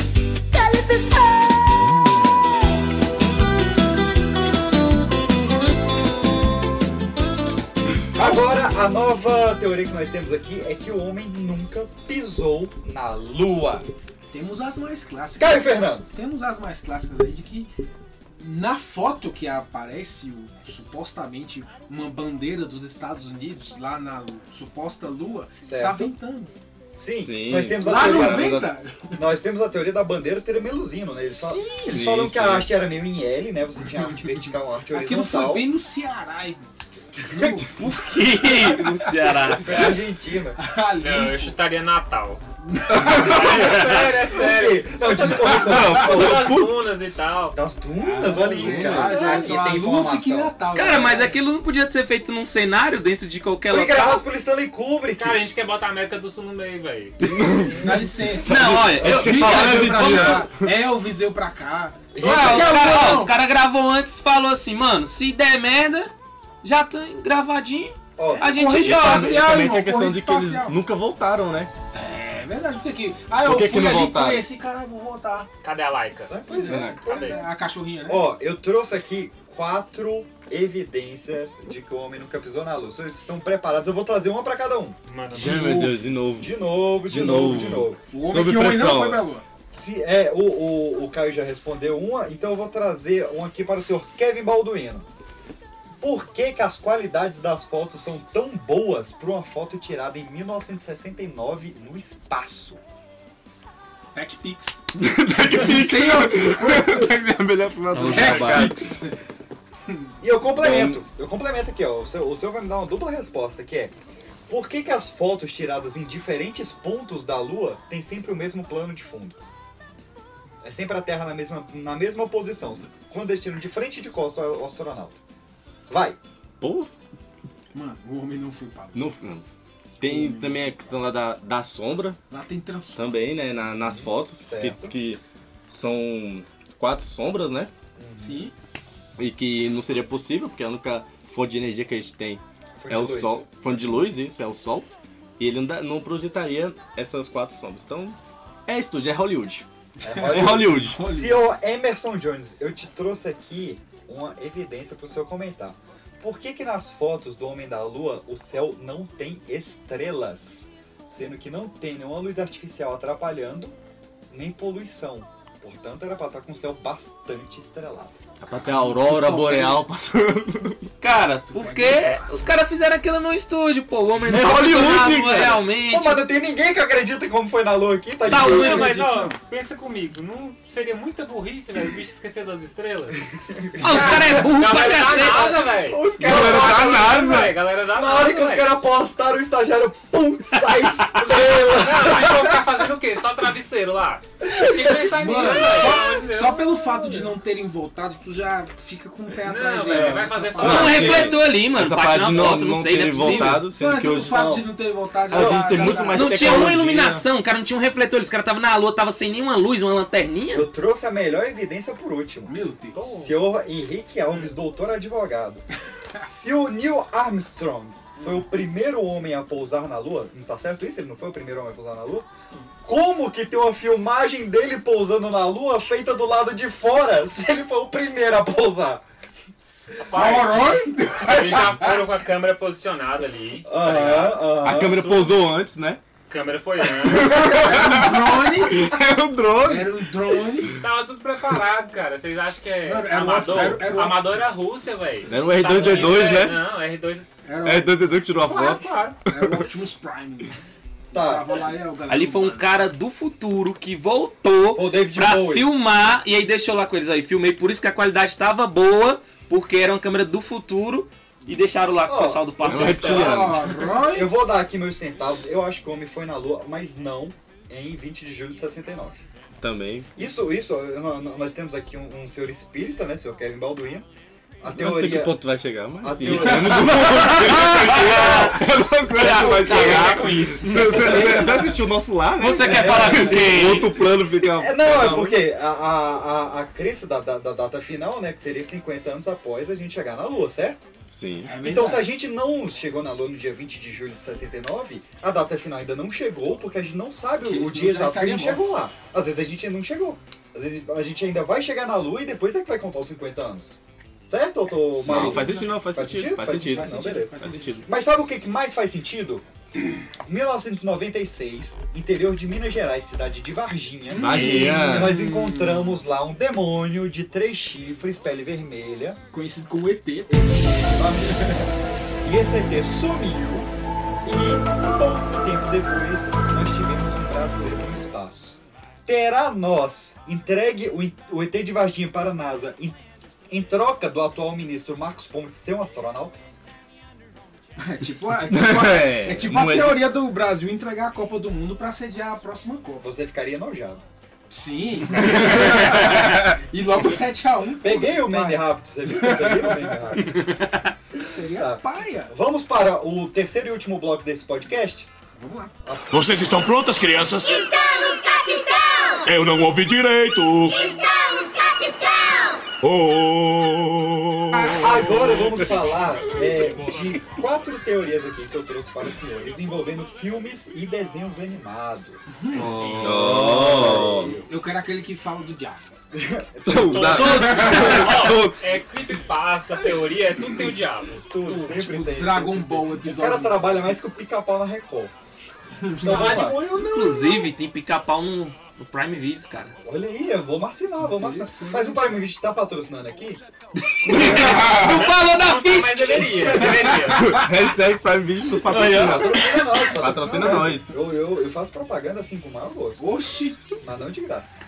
Agora, a nova teoria que nós temos aqui é que o homem nunca pisou na Lua. Temos as mais clássicas. Caio Fernando. Temos as mais clássicas aí de que na foto que aparece o, supostamente uma bandeira dos Estados Unidos lá na suposta lua, Certo. tá ventando. Sim, Sim. nós temos a Lá teoria. não venta? Nós temos a teoria da bandeira ter melusino, né? Eles, falam, Sim. eles Sim, falam que sim. a haste era meio em L, né? Você tinha arte vertical, uma arte Aquilo foi horizontal. bem no Ceará. hein? No, Que no Ceará. É a Argentina. ali. Não, eu chutaria Natal. É sério, é sério. Não, descorreção. Das dunas e tal. Das dunas, olha aí, Ah, cara. Aqui Aqui tem informação. Natal. Cara, mas aquilo não podia ser feito num cenário dentro de qualquer Foi local? gravado pelo Stanley Kubrick. Cara, a gente quer botar a América do Sul no meio, velho. Dá licença. Não, olha, eu, Elvis eu, veio pra vamos- cá. Elvis veio pra cá. Ah, os Quer caras não? ó, os cara gravou antes e falou assim, mano, se der merda, já tá gravadinho. Ó, A gente corrida joga. espacial, Também irmão, tem a questão corrida de que eles espacial. nunca voltaram, né? É verdade, porque aqui. Ah, eu Por que que fui não ali, voltaram? conheci, caralho, vou voltar. Cadê a Laika? Pois é, pois é. A cachorrinha, né? Ó, eu trouxe aqui quatro evidências de que o homem nunca pisou na lua. Vocês estão preparados? Eu vou trazer uma pra cada um. Mano, Ai, meu Deus, de novo. De novo, de, De novo, novo. de novo. O homem Sob que homem não pressão. foi pra lua. Se é, o, o, o Caio já respondeu uma, então eu vou trazer um aqui para o senhor Kevin Balduino. Por que, que as qualidades das fotos são tão boas para uma foto tirada em mil novecentos e sessenta e nove no espaço? TechPix. Tem outra coisa. A melhor final do Vamos acabar. TechPix. E eu complemento, eu complemento aqui, ó. O seu, o seu vai me dar uma dupla resposta, que é: por que que as fotos tiradas em diferentes pontos da Lua tem sempre o mesmo plano de fundo? É sempre a Terra na mesma, na mesma posição, quando eles tiram de frente e de costa o astronauta. Vai! Pô! Mano, o homem não foi pra Lua. Não, não. Tem também a questão lá da, da sombra. Lá tem transformação. Também, né? Na, nas fotos. Que, que são quatro sombras, né? Sim. E que não seria possível, porque a única fonte de energia que a gente tem Fonte é o de luz. Sol. Fonte de luz, isso, é o Sol. E ele não, dá- não projetaria essas quatro sombras. Então, é estúdio, é Hollywood. É Hollywood. Senhor Emerson Jones, eu te trouxe aqui uma evidência pro seu comentar. Por que que nas fotos do Homem da Lua o céu não tem estrelas? Sendo que não tem nenhuma luz artificial atrapalhando, nem poluição. Portanto, era pra estar com o céu bastante estrelado. Pra ter a aurora boreal passando. Cara, porque os caras fizeram aquilo no estúdio, pô. O homem É não Hollywood, funcionava cara. realmente. Pô, mas não tem ninguém que acredita como foi na Lua aqui, tá Tá difícil. louco, Mas ó, pensa comigo, não seria muita burrice, velho, os bichos esqueceram das estrelas? Ah, os caras é burro pra Galera da cacete. NASA, velho. Os caras Galera da apostaram, NASA, velho. Galera da Na hora que NASA, os velho. caras apostaram, o estagiário, pum, sai estrela. Não, mas vão ficar fazendo o quê? Só travesseiro lá? Tinha que pensar nisso, Mano, velho. pelo amor de só, Deus. só pelo fato de não terem voltado, tu já fica com o pé atrás. Não, aí, velho, ó, vai nessa fazer só- parte. Tinha um Essa refletor ali, mano. Essa Bate parte na de não, foto, não não sei, não é terem possível. voltado, sendo Mas que o hoje fato não. de não terem voltado A já- gente tem já muito dá- mais Não tinha uma tecnologia. iluminação, cara, não tinha um refletor. Os caras estavam na lua, tava sem nenhuma luz, uma lanterninha. Eu trouxe a melhor evidência por último. Meu Deus. Senhor Henrique Alves, doutor advogado. Se o Neil Armstrong foi o primeiro homem a pousar na Lua, não tá certo isso? Ele não foi o primeiro homem a pousar na Lua? Como que tem uma filmagem dele pousando na Lua feita do lado de fora, se ele foi o primeiro a pousar? Eles já foram com a câmera posicionada ali. tá Aham, ligado? aham. A câmera pousou antes, né? A câmera foi antes. Era um drone. Era um drone. Tava tudo preparado, cara. Vocês acham que é Mano, era o amador? outro- era- era o- Amador era a Rússia, velho. Era o R dois D dois, Estados Unidos, né? é- Não, R dois... Era o, É dois D dois que tirou a Claro, foto. claro. era o Optimus Prime. Tá. Tava lá, e, ó, galera, Ali foi um mano. cara do futuro que voltou O David pra Bowie. filmar e aí deixou lá com eles aí. Filmei, por isso que a qualidade estava boa, porque era uma câmera do futuro e deixaram lá com Ó, o pessoal do é um passeio. reptiliano. Ó, Roy. Eu vou dar aqui meus centavos. Eu acho que o homem foi na Lua, mas não em vinte de julho de sessenta e nove. Também. Isso, isso, eu- nó- nós temos aqui um, um senhor espírita, né, senhor Kevin Balduino. A Eu não sei que teoria... ponto tu vai chegar, mas A sim. teoria- Eu não sei eu não sei se vai chegar com isso. Você, você- você assistiu o nosso lá, né? Você quer falar com quem? Outro plano fica... É, não, é porque a, a, a, a crença da, da, da data final, né, que seria cinquenta anos após a gente chegar na Lua, certo? Sim. É Então, se a verdade. gente não chegou na Lua no dia vinte de julho de sessenta e nove, a data final ainda não chegou, porque a gente não sabe Que o, o isso dia já exato que a gente estaria chegou lá. Às vezes a gente ainda não chegou. Às vezes a gente ainda vai chegar na Lua e depois é que vai contar os cinquenta anos. Certo, ou tô Sim, maluco? faz sentido, não, faz, sentido. Faz sentido. Não, sentido, beleza. faz Faz sentido. Mas sabe o que que mais faz sentido? mil novecentos e noventa e seis, interior de Minas Gerais, cidade de Varginha. Varginha. Nós encontramos lá um demônio de três chifres, pele vermelha. Conhecido como E T. E esse E T sumiu. E pouco tempo depois nós tivemos um brasileiro no espaço. Terá nós entregue o, in- o E T de Varginha para a NASA em, em troca do atual ministro Marcos Pontes ser um astronauta? É tipo, a- é tipo, a, É, é tipo a não é- teoria do Brasil entregar a Copa do Mundo pra sediar a próxima Copa. Você ficaria enojado. Sim. E logo sete a um. Peguei o Mandy Rápido, você viu? Eu peguei o Mandy Rápido. Seria Tá. paia. Vamos para o terceiro e último bloco desse podcast? Vamos lá. Vocês estão prontas, crianças? Estamos, capitão! Eu não ouvi direito. Estamos, capitão! Oh. Agora vamos falar é, de quatro teorias aqui que eu trouxe para os senhores, envolvendo filmes e desenhos animados. Oh. Eu quero aquele que fala do diabo. Todos. É creepypasta, teoria, é tudo tem o diabo. Tudo, sempre Tipo, tem. Dragon sempre Ball tem. O episódio. cara trabalha mais que o pica-pau na Record. Então, Não, vamos de lá. boa eu não. Inclusive, tem pica-pau no, no Prime Videos, cara. Olha aí, vamos assinar, vamos assinar. Mas o Prime Video tá patrocinando aqui? Tu falou da Mas Fisk! deveria, deveria. Hashtag Prime Video nos patrocina. Patrocina nós. Patrocina nós. Eu, eu, eu faço propaganda assim com o maior gosto, Oxi. mas não de graça.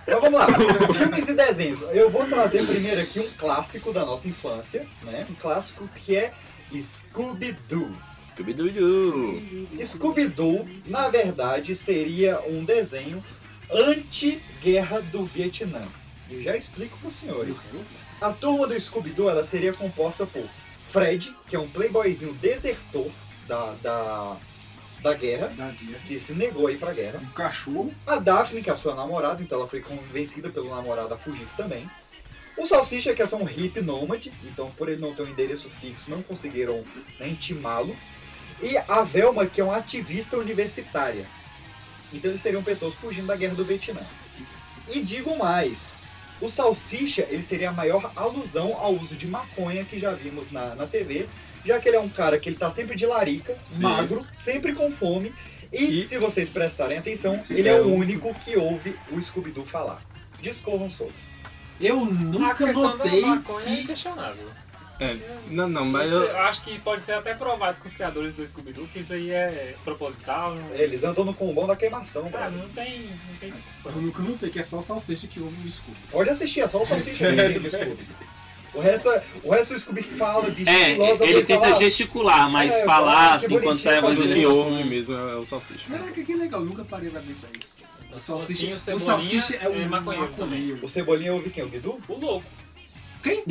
Mas vamos lá, filmes e desenhos. Eu vou trazer primeiro aqui um clássico da nossa infância, né? Um clássico que é Scooby-Doo. Scooby-Doo. Scooby-Doo, na verdade, seria um desenho anti-guerra do Vietnã. E já explico para os senhores. A turma do Scooby-Doo ela seria composta por Fred, que é um playboyzinho desertor da, da, da, guerra, Da guerra. que se negou a ir pra guerra. Um cachorro. A Daphne, que é a sua namorada, então ela foi convencida pelo namorado a fugir também. O Salsicha, que é só um hippie nômade, então por ele não ter um endereço fixo, não conseguiram, né, intimá-lo. E a Velma, que é uma ativista universitária. Então eles seriam pessoas fugindo da guerra do Vietnã. E digo mais, o Salsicha ele seria a maior alusão ao uso de maconha que já vimos na, na T V, já que ele é um cara que ele tá sempre de larica, Sim. magro, sempre com fome, e, E- se vocês prestarem atenção, ele é o único que ouve o Scooby-Doo falar. Discorram solto. Eu A nunca questão notei da maconha é que... questionável. É, não, não, mas Isso, eu... eu acho que pode ser até provado com os criadores do Scooby-Doo que isso aí é proposital. Não, Eles andam no combão da queimação, ah, brother. não tem, não tem discussão. Eu nunca notei que é só o Salsicha que ouve o Scooby. Pode assistir, é só o Salsicha que Sério, entende o Scooby. O resto, é- o resto o Scooby fala, bicho, É, filosa, ele fala, tenta gesticular, mas É, falar que assim bonitinho, quando sai a voz tá dele Quem é só ouve com- mesmo é o Salsicha. Caraca, que legal, nunca parei pra pensar isso. O Salsicha, o o Cebolinha Salsicha é é um maconheiro maconheiro. O Cebolinha ouve quem? O Bidu? O louco. Quem?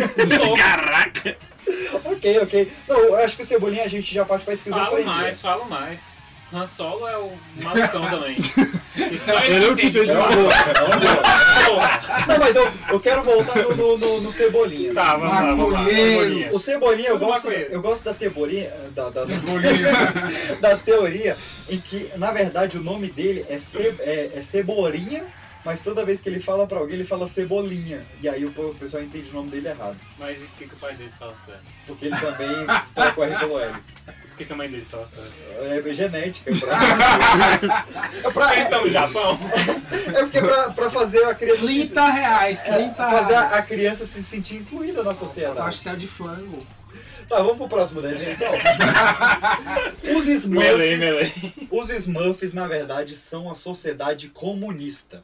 Caraca! Ok, ok. Não, eu acho que o Cebolinha a gente já parte pra Falo esquizofrenia. mais, falo mais. Han Solo é o malucão também. E só Ele é o que entende tem de É uma maluco. boa, é uma boa. Porra. Não, mas eu, eu quero voltar no, no, no, no Cebolinha. Tá, vamos lá, vamos lá. Maconheiro. Cebolinha. O Cebolinha, eu Tudo gosto, maconheiro. eu gosto da teoria, da, da, da, da teoria em que, na verdade, o nome dele é, Ce, é, é Cebolinha, mas toda vez que ele fala pra alguém, ele fala Cebolinha. E aí o, o pessoal entende o nome dele errado. Mas e por que, que o pai dele fala certo? Porque ele também troca o R pelo L. Por que, que a mãe dele fala certo? É genética. É pra, é, pra, Eles estão no Japão? é porque é pra, pra fazer a criança... se- trinta reais, é, trinta fazer reais. a, a criança se sentir incluída na sociedade. Pastel de flango. Tá, vamos pro próximo desenho então. Os Smurfs, Melei, melei. os Smurfs, na verdade, são a sociedade comunista.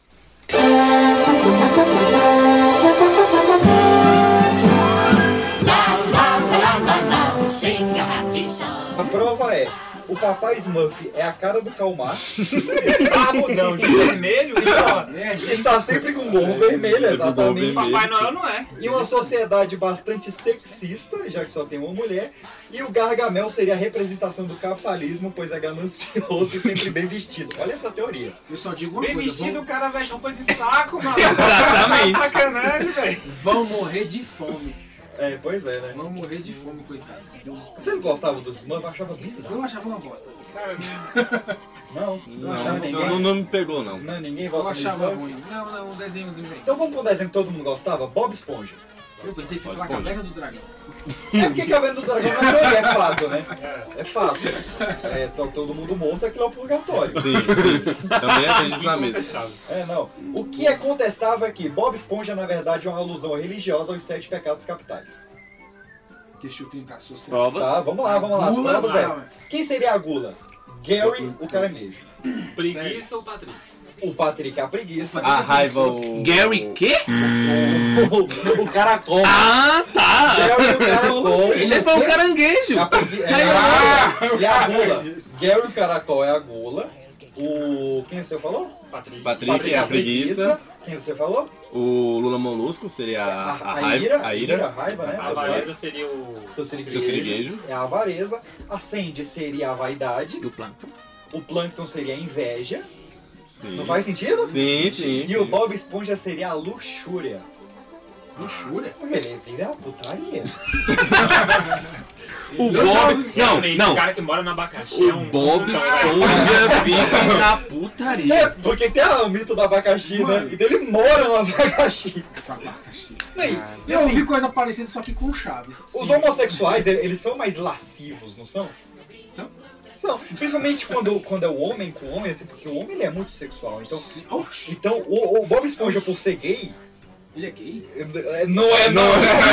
A prova é, o papai Smurf é a cara do Calmar, Barbudão de vermelho e só. está sempre com gorro vermelho, Sempre com gorro exatamente. vermelho. Papai Noel não é. E uma sociedade bastante sexista, já que só tem uma mulher. E o Gargamel seria a representação do capitalismo, pois é ganancioso e sempre bem vestido. Olha essa teoria. Eu só digo uma Bem coisa, vestido, vão, o cara veste roupa de saco, mano. Exatamente. Sacanagem, velho. vão morrer de fome. É, pois é, né? Vão morrer de fome, coitados. Que Deus... Vocês gostavam dos Smurfs? Eu achava bizarro. Eu achava uma bosta. Cara, Não, não, achava Não, ninguém. não, não me pegou, não. Não, ninguém Eu vota no achava Smurf. ruim. Não, não, um desenhozinho bem. Então vamos pro desenho que todo mundo gostava? Bob Esponja. Eu pensei que você Pode ia falar responder. Caverna do Dragão. É porque Caverna do Dragão não é teoria, é fato, né? É fato. É, to- todo mundo morto, aquilo é o purgatório. Sim, sim. Também acredito na mesma. incontestável. É, não. O que é contestável é que Bob Esponja, na verdade, é uma alusão religiosa aos sete pecados capitais. Deixa eu tentar associar. Provas? Tá, vamos lá, vamos lá. As Gula, provas é. não, é. Quem seria a gula? Gary, o caranguejo. Preguiça ou Patrick? O Patrick é a preguiça. A raiva, o... Gary, quê? O, o caracol. Ah, tá! Gary, o caracol. Ele foi um caranguejo! A pregui- é, a- e a gula. Gary, o caracol é a gula. O... Quem você falou? Patrick. Patrick é a preguiça. Quem você falou? O Lula Molusco seria a, A, a a raiva. ira, A ira. a raiva, né? A avareza seria o... Seu Seu siriguejo. siriguejo. É a avareza. A Sandy seria a vaidade. E o Plâncton? O Plâncton seria a inveja. Sim. Não faz sentido? Sim, sim. E sim. o Bob Esponja seria a luxúria. Luxúria? Porque ele vive a putaria. O Eu já Bob. ouvi- Não, Realmente, não. o cara que mora no abacaxi é O um... Bob Esponja vive na putaria. É, porque tem o mito do abacaxi, Mano. né? Então ele mora no abacaxi. Abacaxi. Não, e, e Eu ouvi assim, coisa parecida, só que com Chaves. os Sim. homossexuais, ele- eles são mais lascivos, não são? Então? São. Principalmente quando, quando é o homem com o homem, assim, porque o homem ele é muito sexual. Então, Sim. Oxi, então o, o Bob Esponja, por ser gay, ele é gay? é- não é não.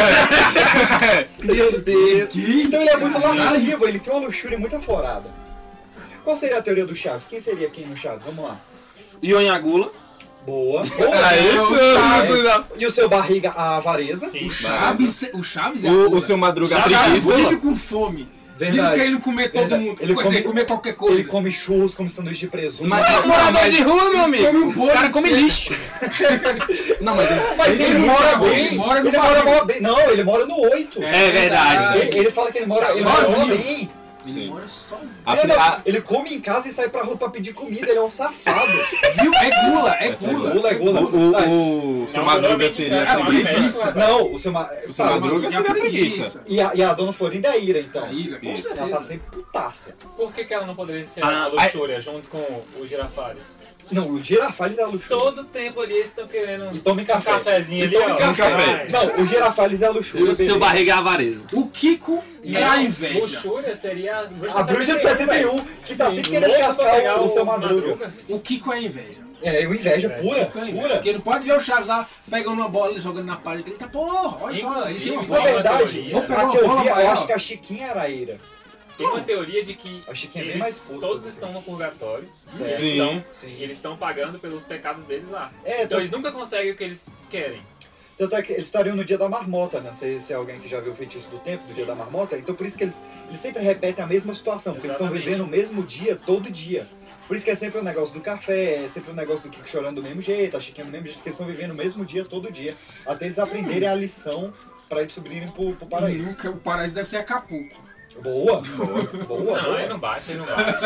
Meu Deus. Então ele é muito lascivo, ele tem uma luxúria muito aflorada. Qual seria a teoria do Chaves? Quem seria quem no Chaves? Vamos lá. Ionhagula. Boa. Boa. Ah, isso, Chaves. isso. E o seu Barriga, a Avareza. Sim. O Chaves, o Chaves é o, o seu Madruga Chaves preguiça. vive com fome. Verdade. Vive querendo comer todo Verdade. mundo. Ele Quer come, dizer, comer qualquer coisa. Ele come churros, come sanduíche de presunto. Mas é morador de rua, meu amigo. Come um bolo O cara come inteiro. lixo. Não, mas ele, Mas ele, ele mora mora bem. ele mora no ele mora barril. mó bem. Não, ele mora no oito. É verdade. Ele, ele fala que ele mora, ele mora Sozinho. bem. Ele Sim. mora sozinho. A- É, não, a- ele come em casa e sai pra rua pra pedir comida, ele é um safado. Viu? É gula, é É gula. gula, é gula. O, Tá, o, o seu Não, Madruga normalmente seria é essa uma preguiça? preguiça. Não, o seu, ma... O seu tá, Madruga E a seria preguiça. preguiça. E a, e a dona Florinda é a Ira, então. A Ira, com Isso. Ela tá certeza. sempre putaça. Por que, que ela não poderia ser Ah, a luxúria junto com o Girafales? Não, o Girafales é a luxúria. Todo tempo ali eles estão querendo E tome um café. cafezinho E ali, tome ó. café. Vai. Não, o Girafales é a E luxúria. o seu beleza. barriga é avareza. O Kiko é a inveja. Luxúria seria a bruxa, A bruxa de setenta e um, que tá sempre querendo cascar o, o seu Madruga. O Kiko é a inveja. É, o inveja pura, Kiko é a inveja. pura. Porque não pode ver o Chaves lá pegando uma bola e jogando na parede. Ele tá, porra, olha só, ele tem uma Inclusive, Na bola. verdade, teoria. Vou pegar a que uma eu bola vi, eu maior. acho que a Chiquinha era a Ira. Tem uma teoria de que A Chiquinha é bem mais eles puta. todos estão no purgatório. Certo. Eles Sim. estão, Sim. e eles estão pagando pelos pecados deles lá. É, então tá- eles nunca conseguem o que eles querem. Tanto é que eles estariam no dia da marmota, né? Não sei se é alguém que já viu o Feitiço do Tempo, do dia da marmota. Então por isso que eles, eles sempre repetem a mesma situação, porque Exatamente. eles estão vivendo o mesmo dia, todo dia. Por isso que é sempre o negócio do café, é sempre o negócio do Kiko chorando do mesmo jeito, a Chiquinha do mesmo jeito, porque eles estão vivendo o mesmo dia, todo dia. Até eles aprenderem a lição pra eles subirem pro, pro E paraíso. nunca- o paraíso deve ser Acapulco. Boa, boa, boa. não, boa. aí não bate, aí não bate.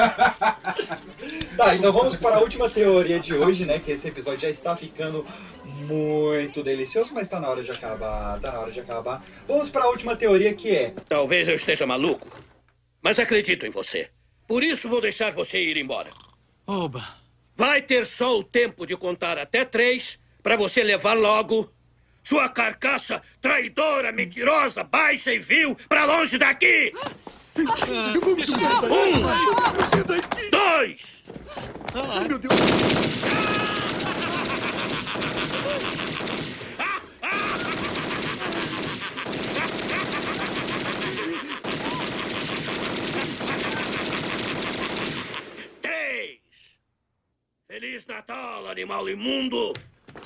Tá, então vamos para a última teoria de hoje, né? Que esse episódio já está ficando muito delicioso, mas tá na hora de acabar, tá na hora de acabar. Vamos para a última teoria que é... Talvez eu esteja maluco, mas acredito em você. Por isso vou deixar você ir embora. Oba. Vai ter só o tempo de contar até três para você levar logo sua carcaça traidora, mentirosa, baixa e vil pra longe daqui. Um, dois. Ai, meu Deus. Três. Feliz Natal, animal imundo.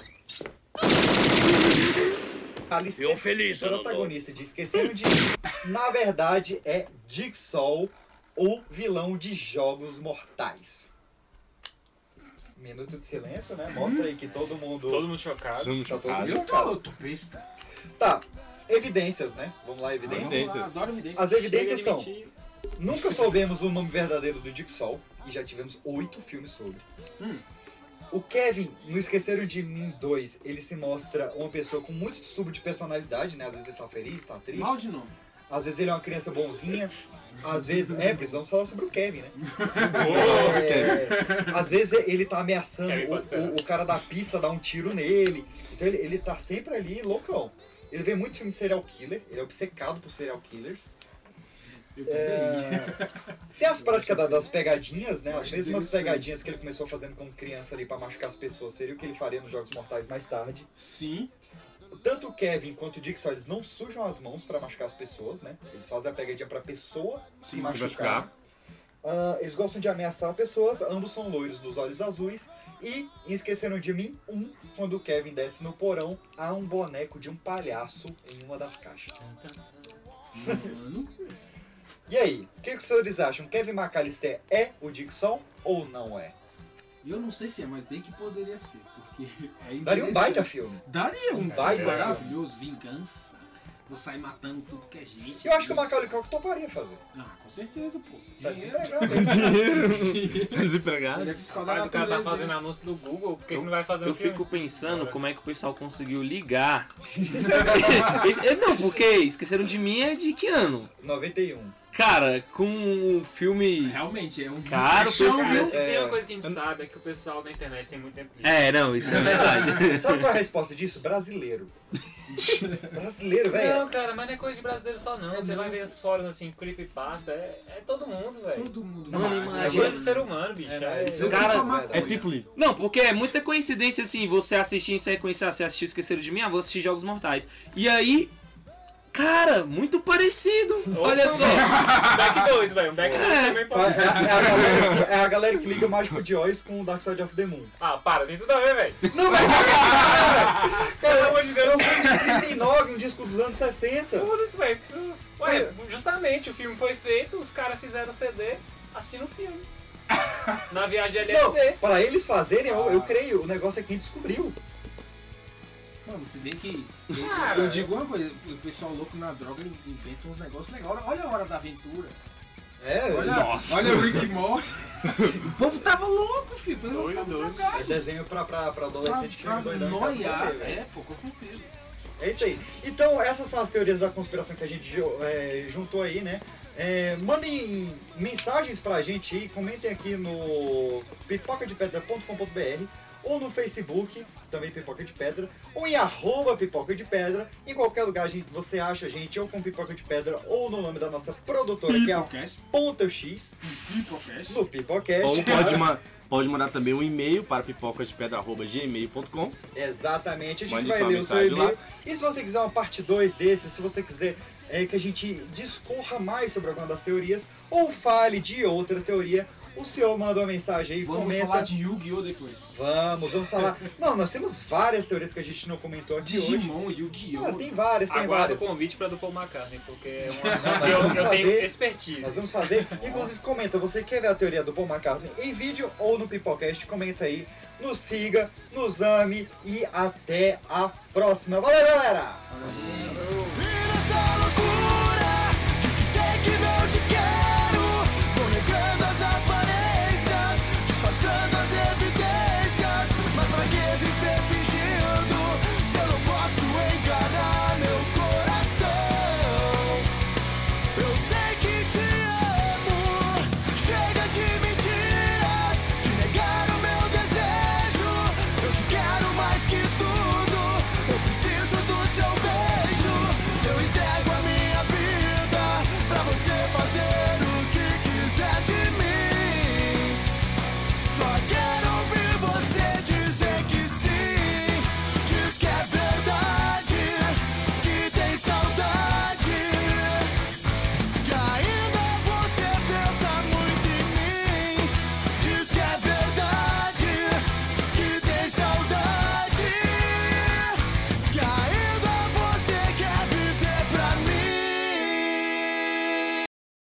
Alistair, E um feliz ano protagonista de Esqueceram de Mim, na verdade é Jigsaw, o vilão de Jogos Mortais. Minuto de silêncio, né? Mostra aí que todo mundo... Todo mundo chocado. Tá todo mundo Eu tô, chocado. eu tô besta. Tá, evidências, né? Vamos lá, evidências. Evidências. Adoro evidências. As evidências Chega são... de mentir. Nunca soubemos o nome verdadeiro do Jigsaw e já tivemos oito filmes sobre. Hum. O Kevin, no Esqueceram de Mim dois, ele se mostra uma pessoa com muito distúrbio de personalidade, né? Às vezes ele tá feliz, tá triste. Mal de nome. Às vezes ele é uma criança bonzinha. Às vezes... É, precisamos falar sobre o Kevin, né? É, às vezes ele tá ameaçando Kevin, o, pode esperar. o, o cara da pizza, dar um tiro nele. Então ele, ele tá sempre ali, loucão. Ele vê muito filme de serial killer, ele é obcecado por serial killers. É, tem as práticas da- das pegadinhas, né? As mesmas pegadinhas que ele começou fazendo como criança ali pra machucar as pessoas, seria o que ele faria nos Jogos Mortais mais tarde. Sim. Tanto o Kevin quanto o Jigsaw, eles não sujam as mãos pra machucar as pessoas, né? Eles fazem a pegadinha pra pessoa se, se machucar. machucar. Ah, eles gostam de ameaçar pessoas, ambos são loiros dos olhos azuis. E em Esqueceram de Mim, um, quando o Kevin desce no porão, há um boneco de um palhaço em uma das caixas. Mano. E aí, o que, que os senhores acham? Kevin McAllister é o Jigsaw ou não é? Eu não sei se é, mas bem que poderia ser, porque é Daria um baita filme. Daria um Um baita baita maravilhoso, vingança. Vou sair matando tudo que é gente. Eu acho que o Macaulay Culkin toparia fazer. Ah, com certeza, pô. Tá Dinheiro. desempregado. Tá desempregado. Ele é fiscal da Mas o cara tá natureza, fazendo hein? anúncio do Google, por que que não vai fazer Eu um filme? fico pensando como é que o pessoal conseguiu ligar. Esse- Não, porque Esqueceram de Mim é de que ano? noventa e um. Cara, com um filme. Realmente, é um Cara, o bichão, pessoal- Cara, viu? se tem É. uma coisa que a gente sabe é que o pessoal da internet tem muito tempo livre. É, não, isso é verdade. Sabe qual é a resposta disso? Brasileiro. Brasileiro, velho. Não, cara, mas não é coisa de brasileiro só não. Você vai ver os fóruns assim, creepypasta, é, é todo mundo, velho. Todo mundo. Mano, Mas, imagina. É coisa do ser humano, bicho. É, É, mas eu Cara, compro maconha. É tipo livre. Não, porque é muita coincidência assim, você assistir em sequência, você assistiu Esqueceram de Mim, ah, vou assistir Jogos Mortais. E aí, Cara, muito parecido. Opa, Olha só. Um back doido, velho. Um back doido É. também É, pode é a galera, que- é a galera que liga o Mágico de Oz com o Dark Side of the Moon. Ah, para, tem tudo a ver, velho. Não, mas cara, Pelo amor de Deus. é um filme de trinta e nove, um disco dos anos sessenta. Foda-se, velho. Ué, justamente, o filme foi feito, os caras fizeram o C D assistindo o filme. Na viagem Não, L S D. para eles fazerem, eu, eu creio, o negócio é quem descobriu. Mano, se bem que. Eu, Cara. eu digo uma coisa, o pessoal louco na droga inventa uns negócios legais. Olha, olha a Hora da Aventura. É, Olha, Nossa. olha o Rick e Morty. O povo tava louco, filho. O povo Doido, tava doido. drogado. É desenho pra, pra, pra adolescente que Pra, fica pra doidão em casa pra noiar. beber, velho. É, pô, com certeza. É isso aí. Então, essas são as teorias da conspiração que a gente ju- é, juntou aí, né? É, mandem mensagens pra gente aí, comentem aqui no pipoca de pedra ponto com ponto b r ou no Facebook, também Pipoca de Pedra, ou em arroba Pipoca de Pedra. Em qualquer lugar a gente, você acha a gente ou com Pipoca de Pedra ou no nome da nossa produtora, que é a Pipocast. Ponta X, Pipocast. no Pipocast. Ou pode, ma pode mandar também um e-mail para pipocadepedra arroba gmail ponto com. Exatamente, a gente Mande vai sua ler o seu mensagem e-mail. lá. E se você quiser uma parte dois desse, se você quiser é, que a gente discorra mais sobre alguma das teorias, ou fale de outra teoria, o senhor manda uma mensagem aí, Vamos comenta. falar de Yu-Gi-Oh! Depois. Vamos, vamos falar. Não, nós temos várias teorias que a gente não comentou aqui Digimon, hoje. Yu-Gi-Oh! Ah, tem várias, tem Aguardo o várias. convite pra do Paul McCartney, porque é um Nós assunto que eu, vamos eu tenho fazer- expertise. Nós vamos fazer. Inclusive, comenta, você quer ver a teoria do Paul McCartney em vídeo ou no Pipocast? Comenta aí, nos siga, nos ame e até a próxima. Valeu, galera! Valeu.